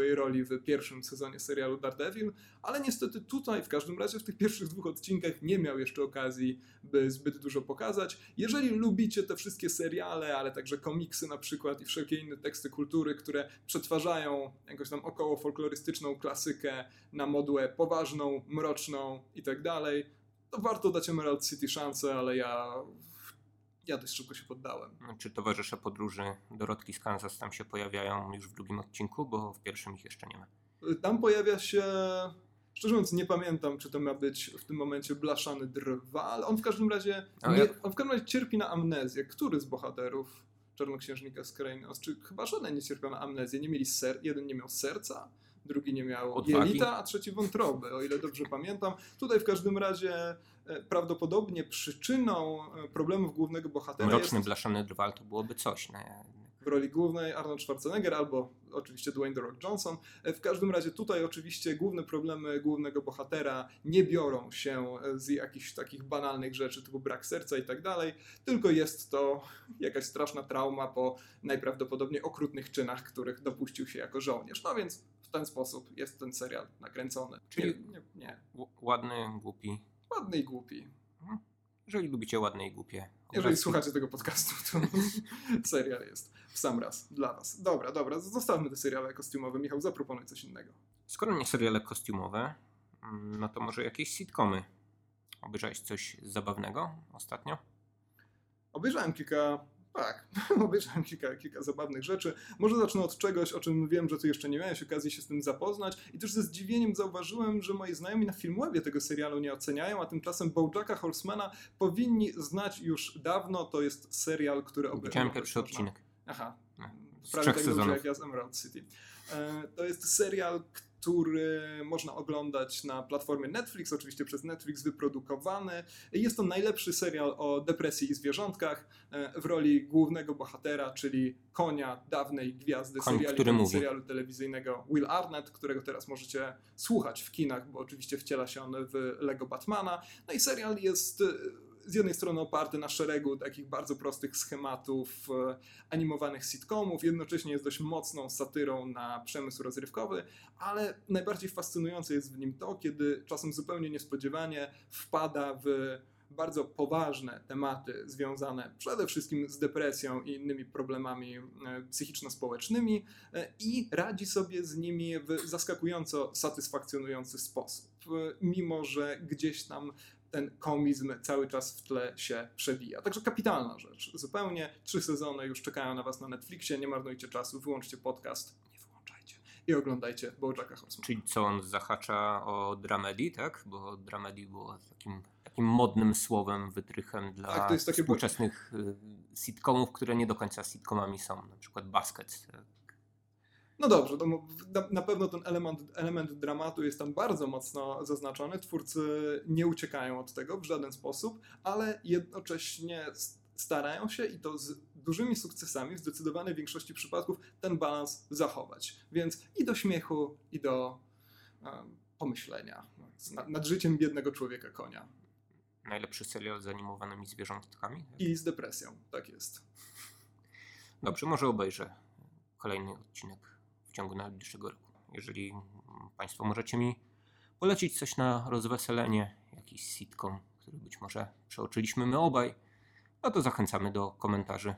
swojej roli w pierwszym sezonie serialu Daredevil, ale niestety tutaj w każdym razie w tych pierwszych dwóch odcinkach nie miał jeszcze okazji, by zbyt dużo pokazać. Jeżeli lubicie te wszystkie seriale, ale także komiksy na przykład i wszelkie inne teksty kultury, które przetwarzają jakąś tam około folklorystyczną klasykę na modłę poważną, mroczną i tak dalej, to warto dać Emerald City szansę, ale ja, ja dość szybko się poddałem. Czy towarzysze podróży Dorotki z Kansas tam się pojawiają już w drugim odcinku, bo w pierwszym ich jeszcze nie ma? Tam pojawia się, szczerze mówiąc nie pamiętam, czy to ma być w tym momencie blaszany drwal. On w każdym razie, nie, on w każdym razie cierpi na amnezję. Który z bohaterów Czarnoksiężnika z Krainy Oz, czy chyba żaden nie cierpiał na amnezję? Nie mieli ser, jeden nie miał serca, drugi nie miał Odwagi. jelita, a trzeci wątroby, o ile dobrze pamiętam. Tutaj w każdym razie e, prawdopodobnie przyczyną e, problemów głównego bohatera Mroczny jest blaszany drwal to byłoby coś. Nie? w roli głównej Arnold Schwarzenegger albo oczywiście Dwayne The Rock Johnson. E, W każdym razie tutaj oczywiście główne problemy głównego bohatera nie biorą się z jakichś takich banalnych rzeczy typu brak serca i tak dalej, tylko jest to jakaś straszna trauma po najprawdopodobniej okrutnych czynach, których dopuścił się jako żołnierz. No więc w ten sposób jest ten serial nakręcony. Czyli nie, nie, nie. ładny, głupi. Ładny i głupi. Jeżeli lubicie ładne i głupie obrazki. Jeżeli słuchacie tego podcastu, to serial jest w sam raz dla was. Dobra, dobra, zostawmy te seriale kostiumowe. Michał, zaproponuj coś innego. Skoro nie seriale kostiumowe, no to może jakieś sitcomy. Obejrzałeś coś zabawnego ostatnio? Obejrzałem kilka, tak, obejrzałem kilka, kilka zabawnych rzeczy. Może zacznę od czegoś, o czym wiem, że ty jeszcze nie miałeś okazji się z tym zapoznać. I też ze zdziwieniem zauważyłem, że moi znajomi na Filmwebie tego serialu nie oceniają, a tymczasem BoJacka Horsemana powinni znać już dawno. To jest serial, który obejrzałem. Widziałem pierwszy można... odcinek. Aha, No, z prawie trzech tak sezonów. dobrze jak ja z Emerald City. E, to jest serial, który można oglądać na platformie Netflix, oczywiście przez Netflix wyprodukowany. Jest to najlepszy serial o depresji i zwierzątkach e, w roli głównego bohatera, czyli konia dawnej gwiazdy Koń, seriali, który mówi. serialu telewizyjnego Will Arnett, którego teraz możecie słuchać w kinach, bo oczywiście wciela się on w Lego Batmana. No i serial jest z jednej strony oparty na szeregu takich bardzo prostych schematów e, animowanych sitcomów, jednocześnie jest dość mocną satyrą na przemysł rozrywkowy, ale najbardziej fascynujące jest w nim to, kiedy czasem zupełnie niespodziewanie wpada w bardzo poważne tematy związane przede wszystkim z depresją i innymi problemami e, psychiczno-społecznymi e, i radzi sobie z nimi w zaskakująco satysfakcjonujący sposób, e, mimo że gdzieś tam ten komizm cały czas w tle się przebija. Także kapitalna rzecz. Zupełnie trzy sezony już czekają na was na Netflixie. Nie marnujcie czasu, wyłączcie podcast, nie wyłączajcie i oglądajcie BoJacka Horsemana. Czyli co, on zahacza o dramedy, tak? Bo dramedy było takim, takim modnym słowem, wytrychem dla Tak, to jest takie współczesnych y, sitcomów, które nie do końca sitcomami są. Na przykład Basket. Tak? No dobrze, to na, na pewno ten element, element dramatu jest tam bardzo mocno zaznaczony. Twórcy nie uciekają od tego w żaden sposób, ale jednocześnie starają się i to z dużymi sukcesami w zdecydowanej większości przypadków ten balans zachować. Więc i do śmiechu, i do um, pomyślenia nad, nad życiem biednego człowieka konia. Najlepszy serial z animowanymi zwierzątkami. Tak? I z depresją, tak jest. Dobrze, może obejrzę kolejny odcinek w ciągu najbliższego roku. Jeżeli Państwo możecie mi polecić coś na rozweselenie, jakiś sitcom, który być może przeoczyliśmy my obaj, no to zachęcamy do komentarzy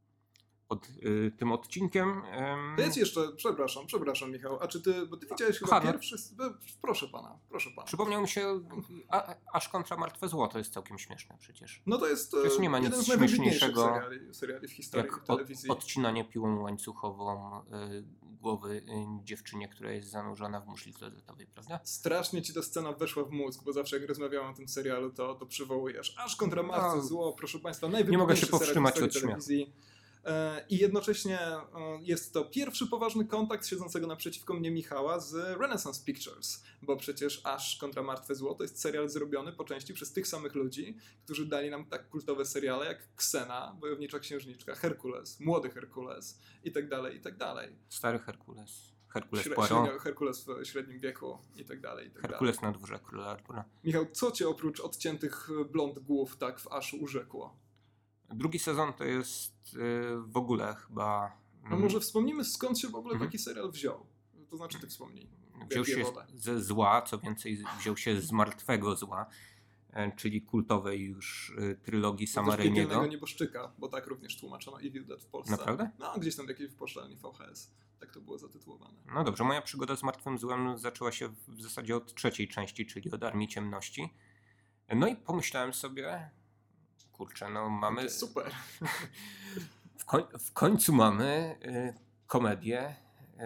pod y, tym odcinkiem. Ym... To jest jeszcze, przepraszam, przepraszam Michał, a czy ty, bo ty widziałeś chyba Aha, no. pierwszy, proszę pana, proszę pana. Przypomniał mi się, a, aż kontra Martwe Złoto jest całkiem śmieszne przecież. No to jest Przecież nie ma jeden nic z najwybitniejszych śmieszniejszego seriali, seriali w historii jak telewizji. od, odcinanie piłą łańcuchową y, głowy y, dziewczynie, która jest zanurzona w muszli klozetowej, prawda? Strasznie ci ta scena weszła w mózg, bo zawsze jak rozmawiałem o tym serialu, to, to przywołujesz. Aż kontra Martwe No, Zło, proszę państwa, nie najwybitniejszy mogę się serial w powstrzymać historii od śmiechu. telewizji. I jednocześnie jest to pierwszy poważny kontakt siedzącego naprzeciwko mnie Michała z Renaissance Pictures, bo przecież Aż kontra Martwe Zło to jest serial zrobiony po części przez tych samych ludzi, którzy dali nam tak kultowe seriale jak Ksena, Wojownicza Księżniczka, Herkules, Młody Herkules i tak dalej, i tak dalej. Stary Herkules. Herkules Śre- Poirot. średnio- Herkules w średnim wieku i tak dalej, i tak dalej. Herkules na dworze króla Artura. Michał, co cię oprócz odciętych blond głów tak w Aszu urzekło? Drugi sezon to jest y, w ogóle chyba... No może wspomnimy, skąd się w ogóle Mhm. taki serial wziął. to znaczy ty wspomnij. Wziął się ze zła, co więcej wziął się z martwego zła, czyli kultowej już trylogii Sama Raimiego. Piekielnego nieboszczyka, bo tak również tłumaczono Evil Dead w Polsce. Naprawdę? No, gdzieś tam w jakiejś poszczelni V H S. Tak to było zatytułowane. No dobrze, moja przygoda z martwym złem zaczęła się w zasadzie od trzeciej części, czyli od Armii Ciemności. No i pomyślałem sobie, kurczę, no mamy... To super. w, koń, w końcu mamy y, komedię, y,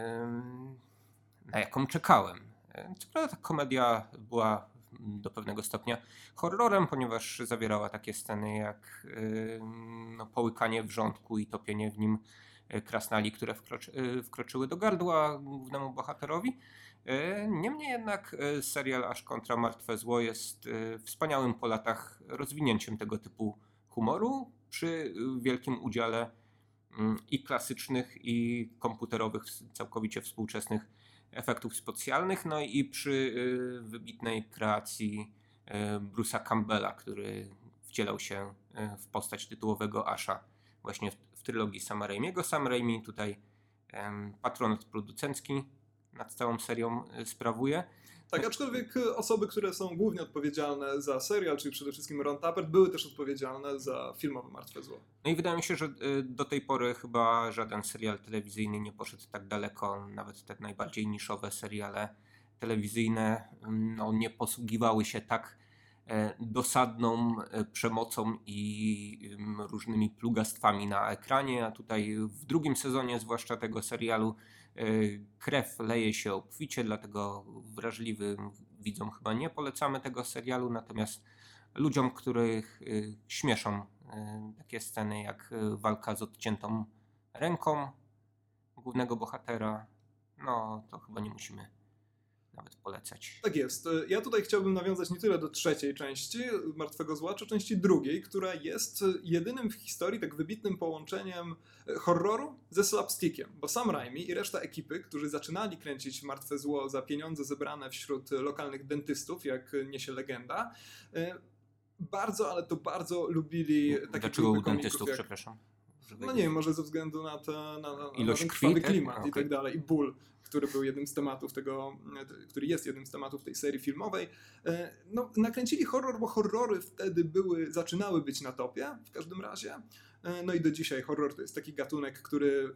na jaką czekałem. Co prawda ta komedia była do pewnego stopnia horrorem, ponieważ zawierała takie sceny jak y, no, połykanie wrzątku i topienie w nim krasnali, które wkroczy, wkroczyły do gardła głównemu bohaterowi. Niemniej jednak serial Aż kontra Martwe Zło jest wspaniałym po latach rozwinięciem tego typu humoru przy wielkim udziale i klasycznych, i komputerowych, całkowicie współczesnych efektów specjalnych, no i przy wybitnej kreacji Bruce'a Campbella, który wcielał się w postać tytułowego Asha właśnie w, w trylogii Sama Raimiego. Sam Raimi tutaj um, patronat producencki nad całą serią y, sprawuje. Tak, aczkolwiek osoby, które są głównie odpowiedzialne za serial, czyli przede wszystkim Ron Tappert, były też odpowiedzialne za filmowe Martwe Zło. No i wydaje mi się, że y, do tej pory chyba żaden serial telewizyjny nie poszedł tak daleko. Nawet te najbardziej niszowe seriale telewizyjne y, no, nie posługiwały się tak dosadną przemocą i różnymi plugastwami na ekranie, a tutaj w drugim sezonie, zwłaszcza tego serialu, krew leje się obficie, dlatego wrażliwym widzom chyba nie polecamy tego serialu, natomiast ludziom, których śmieszą takie sceny jak walka z odciętą ręką głównego bohatera, no to chyba nie musimy nawet polecać. Tak jest. Ja tutaj chciałbym nawiązać nie tyle do trzeciej części Martwego Zła, czy części drugiej, która jest jedynym w historii tak wybitnym połączeniem horroru ze slapstickiem, bo Sam Raimi i reszta ekipy, którzy zaczynali kręcić Martwe Zło za pieniądze zebrane wśród lokalnych dentystów, jak niesie legenda, bardzo, ale to bardzo lubili takie Dlaczego u dentystów, jak... przepraszam? No nie wiem, może ze względu na, te, na, na, Ilość na ten krwawy krwi, klimat okay. i tak dalej, i ból, który był jednym z tematów tego, który jest jednym z tematów tej serii filmowej. No, nakręcili horror, bo horrory wtedy były, zaczynały być na topie, w każdym razie. No i do dzisiaj horror to jest taki gatunek, który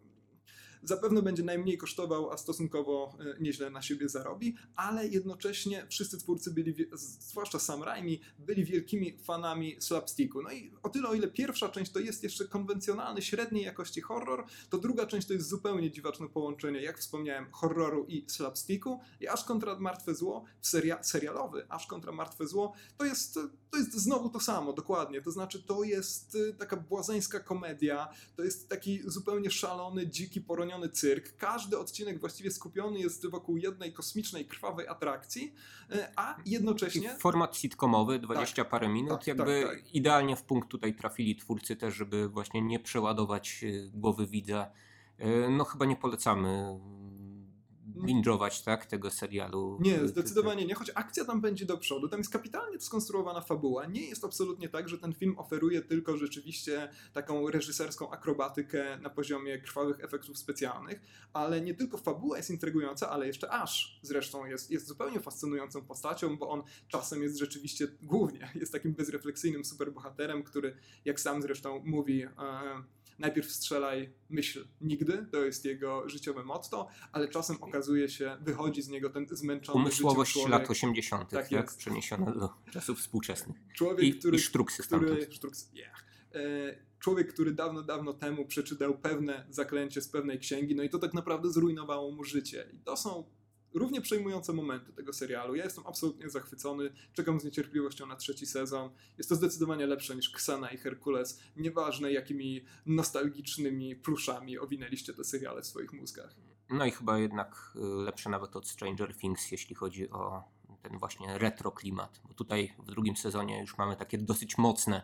zapewne będzie najmniej kosztował, a stosunkowo nieźle na siebie zarobi, ale jednocześnie wszyscy twórcy byli, zwłaszcza Sam Raimi, byli wielkimi fanami slapsticku. No i o tyle, o ile pierwsza część to jest jeszcze konwencjonalny, średniej jakości horror, to druga część to jest zupełnie dziwaczne połączenie, jak wspomniałem, horroru i slapsticku. I Aż kontra Martwe Zło, seria, serialowy Aż kontra Martwe Zło, to jest, to jest znowu to samo, dokładnie. To znaczy to jest taka błazeńska komedia, to jest taki zupełnie szalony, dziki, poroniony cyrk. Każdy odcinek właściwie skupiony jest wokół jednej kosmicznej, krwawej atrakcji, a jednocześnie... I format sitcomowy, dwadzieścia tak, parę minut, tak, jakby tak, tak. idealnie w punkt tutaj trafili twórcy też, żeby właśnie nie przeładować głowy widza. No chyba nie polecamy binge'ować, tak, tego serialu. Nie, zdecydowanie nie, choć akcja tam będzie do przodu, tam jest kapitalnie skonstruowana fabuła, nie jest absolutnie tak, że ten film oferuje tylko rzeczywiście taką reżyserską akrobatykę na poziomie krwawych efektów specjalnych, ale nie tylko fabuła jest intrygująca, ale jeszcze Ash zresztą jest, jest zupełnie fascynującą postacią, bo on czasem jest rzeczywiście, głównie jest takim bezrefleksyjnym superbohaterem, który, jak sam zresztą mówi, e, najpierw strzelaj, myśl nigdy, to jest jego życiowe motto, ale czasem okazuje się, wychodzi z niego ten zmęczony umysłowość życiem lat osiemdziesiątych, tak, tak, tak przeniesiona do czasów współczesnych. Człowiek, I, który, i sztruksy który, sztruks, yeah. Człowiek, który dawno, dawno temu przeczytał pewne zaklęcie z pewnej księgi, no i to tak naprawdę zrujnowało mu życie. I to są równie przejmujące momenty tego serialu. Ja jestem absolutnie zachwycony, czekam z niecierpliwością na trzeci sezon. Jest to zdecydowanie lepsze niż Xena i Herkules. Nieważne, jakimi nostalgicznymi pluszami owinęliście te seriale w swoich mózgach. No i chyba jednak lepsze nawet od Stranger Things, jeśli chodzi o ten właśnie retro klimat. Bo tutaj w drugim sezonie już mamy takie dosyć mocne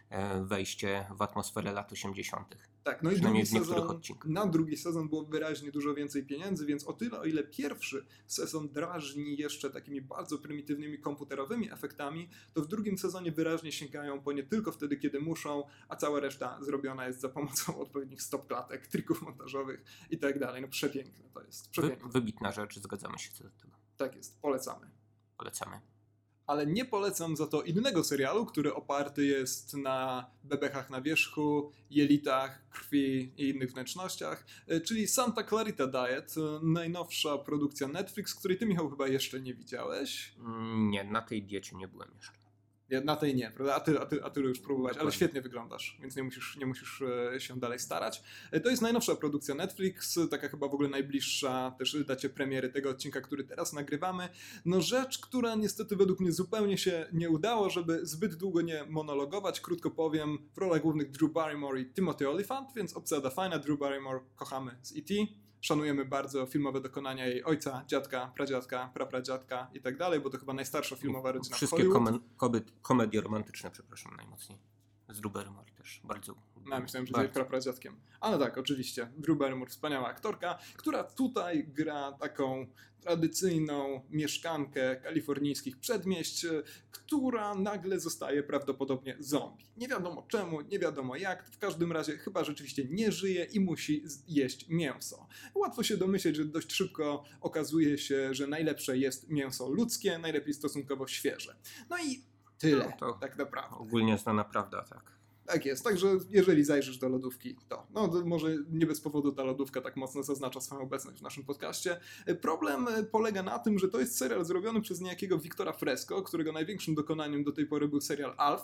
wejście w atmosferę lat osiemdziesiątych. Tak, no i Przynajmniej drugi w niektórych sezon, odcinkach. na drugi sezon było wyraźnie dużo więcej pieniędzy, więc o tyle, o ile pierwszy sezon drażni jeszcze takimi bardzo prymitywnymi komputerowymi efektami, to w drugim sezonie wyraźnie sięgają po nie tylko wtedy, kiedy muszą, a cała reszta zrobiona jest za pomocą odpowiednich stopklatek, trików montażowych i tak dalej. No przepiękne to jest, przepiękne. Wy, wybitna rzecz, zgadzamy się co do tego. Tak jest, polecamy. Polecamy. Ale nie polecam za to innego serialu, który oparty jest na bebechach na wierzchu, jelitach, krwi i innych wnętrznościach, czyli Santa Clarita Diet, najnowsza produkcja Netflix, której ty, Michał, chyba jeszcze nie widziałeś. Nie, na tej diecie nie byłem jeszcze. Ja na tej nie, prawda? A ty, a ty, a ty już próbowałeś, ale Dokładnie. świetnie wyglądasz, więc nie musisz, nie musisz się dalej starać. To jest najnowsza produkcja Netflix, taka chyba w ogóle najbliższa też dacie premiery tego odcinka, który teraz nagrywamy. No rzecz, która niestety według mnie zupełnie się nie udało, żeby zbyt długo nie monologować. Krótko powiem, w rolach głównych Drew Barrymore i Timothy Olyphant, więc obsada fajna. Drew Barrymore kochamy z E T Szanujemy bardzo filmowe dokonania jej ojca, dziadka, pradziadka, prapradziadka i tak dalej, bo to chyba najstarsza filmowa rodzina w Wszystkie Hollywood. komen- kobiet, komedie romantyczne, przepraszam, najmocniej. Z Drew Barrymore też bardzo. No, myślałem, że z bardzo. jej prapradziadkiem. Ale tak, oczywiście. Drew Barrymore, wspaniała aktorka, która tutaj gra taką tradycyjną mieszkankę kalifornijskich przedmieść, która nagle zostaje prawdopodobnie zombie. Nie wiadomo czemu, nie wiadomo jak, w każdym razie chyba rzeczywiście nie żyje i musi jeść mięso. Łatwo się domyśleć, że dość szybko okazuje się, że najlepsze jest mięso ludzkie, najlepiej stosunkowo świeże. No i tyle, No to tak naprawdę. Ogólnie znana prawda, tak. Tak jest, także jeżeli zajrzysz do lodówki, to no to może nie bez powodu ta lodówka tak mocno zaznacza swoją obecność w naszym podcaście. Problem polega na tym, że to jest serial zrobiony przez niejakiego Victora Fresco, którego największym dokonaniem do tej pory był serial Alf.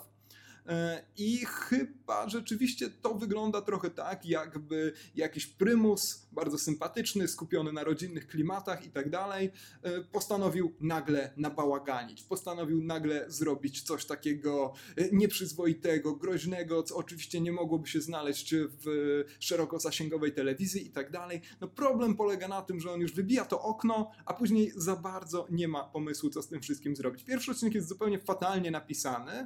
I chyba rzeczywiście to wygląda trochę tak, jakby jakiś prymus, bardzo sympatyczny, skupiony na rodzinnych klimatach i tak dalej, postanowił nagle nabałaganić, postanowił nagle zrobić coś takiego nieprzyzwoitego, groźnego, co oczywiście nie mogłoby się znaleźć w szerokozasięgowej telewizji i tak dalej. No problem polega na tym, że on już wybija to okno, a później za bardzo nie ma pomysłu, co z tym wszystkim zrobić. Pierwszy odcinek jest zupełnie fatalnie napisany,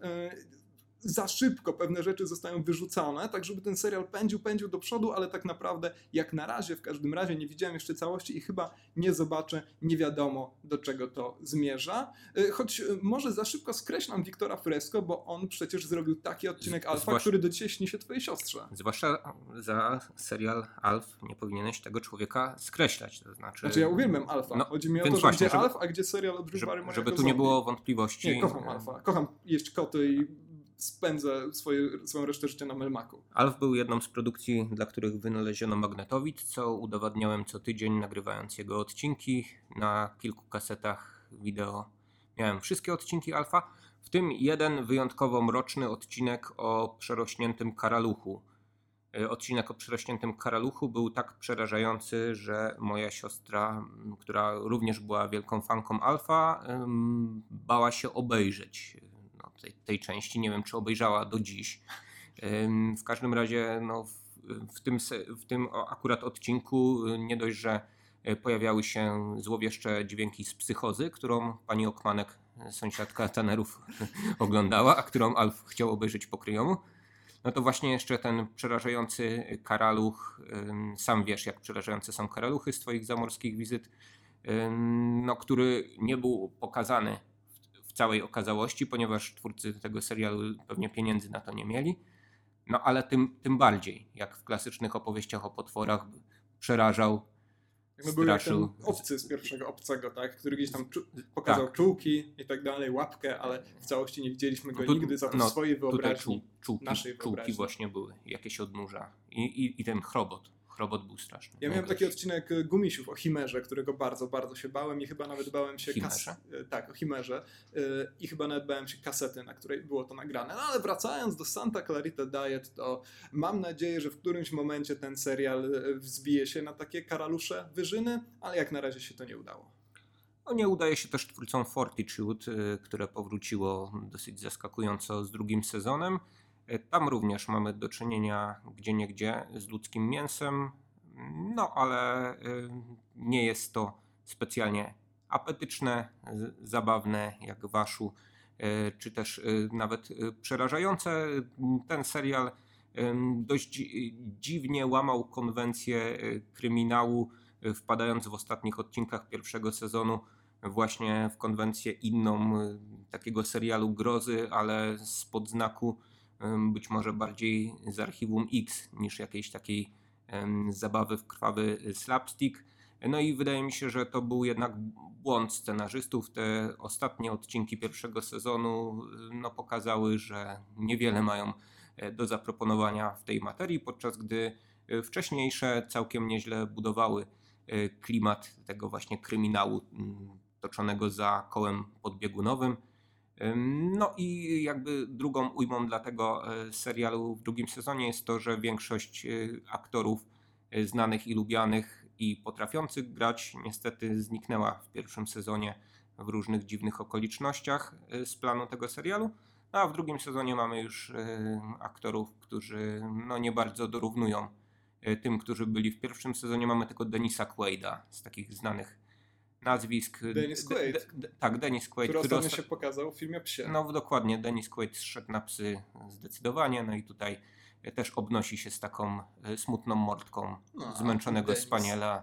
za szybko pewne rzeczy zostają wyrzucone, tak żeby ten serial pędził, pędził do przodu, ale tak naprawdę jak na razie, w każdym razie nie widziałem jeszcze całości i chyba nie zobaczę, nie wiadomo do czego to zmierza. Choć może za szybko skreślam Victora Fresco, bo on przecież zrobił taki odcinek Alfa, Zwłasz... który do dzisiaj śni się twojej siostrze. Zwłaszcza za serial Alf nie powinieneś tego człowieka skreślać, to znaczy... Znaczy ja uwielbiam Alfa, no, chodzi mi o to, że właśnie, gdzie żeby, Alf, a gdzie serial o Drew Barrymore Żeby jako tu nie zombie. było wątpliwości. Nie, kocham Alfa, kocham jeść koty i spędzę swoje, swoją resztę życia na Melmaku. Alf był jedną z produkcji, dla których wynaleziono magnetowid, co udowadniałem co tydzień, nagrywając jego odcinki. Na kilku kasetach wideo miałem wszystkie odcinki Alfa, w tym jeden wyjątkowo mroczny odcinek o przerośniętym karaluchu. Odcinek o przerośniętym karaluchu był tak przerażający, że moja siostra, która również była wielką fanką Alfa, bała się obejrzeć no, tej, tej części. Nie wiem, czy obejrzała do dziś. W każdym razie no, w, w, tym, w tym akurat odcinku nie dość, że pojawiały się złowieszcze dźwięki z Psychozy, którą pani Okmanek, sąsiadka Tannerów, oglądała, a którą Alf chciał obejrzeć po kryjomu. No to właśnie jeszcze ten przerażający karaluch, sam wiesz jak przerażające są karaluchy z twoich zamorskich wizyt, no, który nie był pokazany w całej okazałości, ponieważ twórcy tego serialu pewnie pieniędzy na to nie mieli. No ale tym, tym bardziej, jak w klasycznych opowieściach o potworach, przerażał, No był jak ten obcy z pierwszego Obcego, tak? Który gdzieś tam czu- pokazał tak. czułki i tak dalej, łapkę, ale w całości nie widzieliśmy go no tu, nigdy, za to no, w swojej wyobraźni, czuł, czułki, naszej wyobraźni. Czułki właśnie były, jakieś odnóża i, i, i ten chrobot. Chrobot był straszny. Ja miałem taki odcinek Gumisiów o Chimerze, którego bardzo, bardzo się bałem i chyba nawet bałem się... Chimerze? Kas- tak, o Chimerze. I chyba nawet bałem się kasety, na której było to nagrane. No ale wracając do Santa Clarita Diet, to mam nadzieję, że w którymś momencie ten serial wzbije się na takie karalusze wyżyny, ale jak na razie się to nie udało. No nie udaje się też twórcom Fortitude, które powróciło dosyć zaskakująco z drugim sezonem. Tam również mamy do czynienia gdzieniegdzie z ludzkim mięsem, no ale nie jest to specjalnie apetyczne, zabawne jak Waszu, czy też nawet przerażające. Ten serial dość dziwnie łamał konwencję kryminału, wpadając w ostatnich odcinkach pierwszego sezonu właśnie w konwencję inną, takiego serialu grozy, ale spod znaku być może bardziej z Archiwum X niż jakiejś takiej zabawy w krwawy slapstick. No i wydaje mi się, że to był jednak błąd scenarzystów. Te ostatnie odcinki pierwszego sezonu no, pokazały, że niewiele mają do zaproponowania w tej materii, podczas gdy wcześniejsze całkiem nieźle budowały klimat tego właśnie kryminału toczonego za kołem podbiegunowym. No i jakby drugą ujmą dla tego serialu w drugim sezonie jest to, że większość aktorów znanych i lubianych i potrafiących grać niestety zniknęła w pierwszym sezonie w różnych dziwnych okolicznościach z planu tego serialu. A w drugim sezonie mamy już aktorów, którzy no nie bardzo dorównują tym, którzy byli w pierwszym sezonie. Mamy tylko Denisa Quaida z takich znanych nazwisk. Dennis Quaid. De, de, tak, Dennis Quaid. Który ostatnio osta- się pokazał w filmie Psie. No dokładnie, Dennis Quaid zszedł na psy zdecydowanie. No i tutaj też obnosi się z taką smutną mordką no, zmęczonego Dennis. spaniela.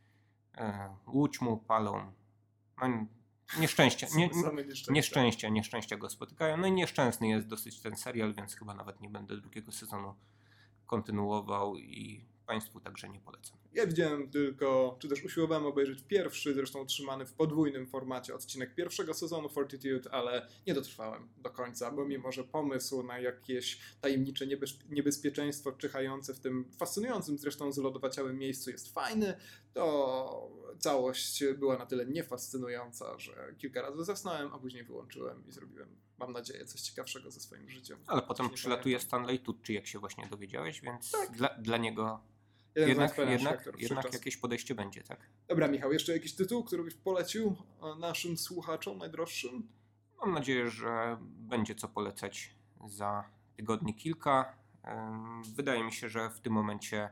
Łódź mu palą. No, nieszczęście, nie, nieszczęścia. nieszczęścia, nieszczęścia go spotykają. No i nieszczęsny jest dosyć ten serial, więc chyba nawet nie będę drugiego sezonu kontynuował i Państwu także nie polecam. Ja widziałem tylko, czy też usiłowałem obejrzeć pierwszy, zresztą utrzymany w podwójnym formacie odcinek pierwszego sezonu Fortitude, ale nie dotrwałem do końca, bo mimo, że pomysł na jakieś tajemnicze niebez- niebezpieczeństwo czyhające w tym fascynującym zresztą zlodowaciałym miejscu jest fajny, to całość była na tyle niefascynująca, że kilka razy zasnąłem, a później wyłączyłem i zrobiłem, mam nadzieję, coś ciekawszego ze swoim życiem. Ale potem Nie przylatuje pamiętam. Stanley Tucci, jak się właśnie dowiedziałeś, więc Tak. dla, dla niego Jeden z jednak, najwspanialszych jednak, aktorów jednak wszechczasów. jakieś podejście będzie, tak? Dobra, Michał, jeszcze jakiś tytuł, który byś polecił naszym słuchaczom najdroższym? Mam nadzieję, że będzie co polecać za tygodni kilka. Ym, Wydaje mi się, że w tym momencie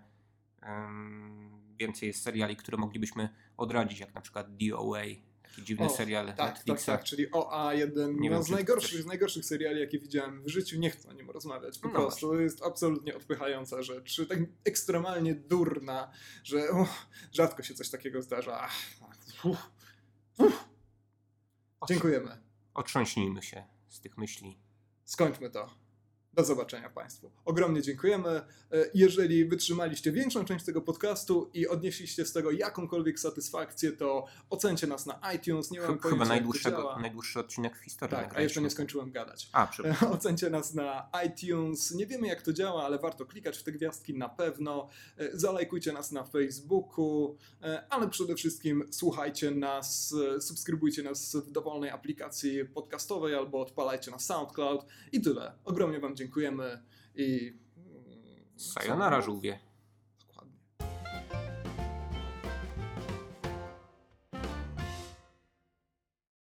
ym, więcej jest seriali, które moglibyśmy odradzić, jak na przykład D O A, taki dziwny O, serial Tak, tak, Netflixa. tak, czyli O A, jeden Nie no, wiem, z, czy najgorszych, chcesz- z najgorszych seriali, jakie widziałem w życiu. Nie chcę o nim rozmawiać, po No prostu. To jest absolutnie odpychająca rzecz. Tak ekstremalnie durna, że uff, rzadko się coś takiego zdarza. Ach, uff, uff. Dziękujemy. Otrząśnijmy się z tych myśli. Skończmy to. Do zobaczenia Państwu. Ogromnie dziękujemy. E, Jeżeli wytrzymaliście większą część tego podcastu i odnieśliście z tego jakąkolwiek satysfakcję, to ocencie nas na iTunes. Nie mam Ch- pojęcia, Chyba jak to najdłuższego, działa. najdłuższy odcinek w historii. Tak, a nagraliśmy. jeszcze nie skończyłem gadać. A, przepraszam. Ocencie nas na iTunes. Nie wiemy, jak to działa, ale warto klikać w te gwiazdki na pewno. E, Zalajkujcie nas na Facebooku, e, ale przede wszystkim słuchajcie nas, e, subskrybujcie nas w dowolnej aplikacji podcastowej albo odpalajcie na SoundCloud i tyle. Ogromnie Wam dziękujemy i... Sayonara, żółwie.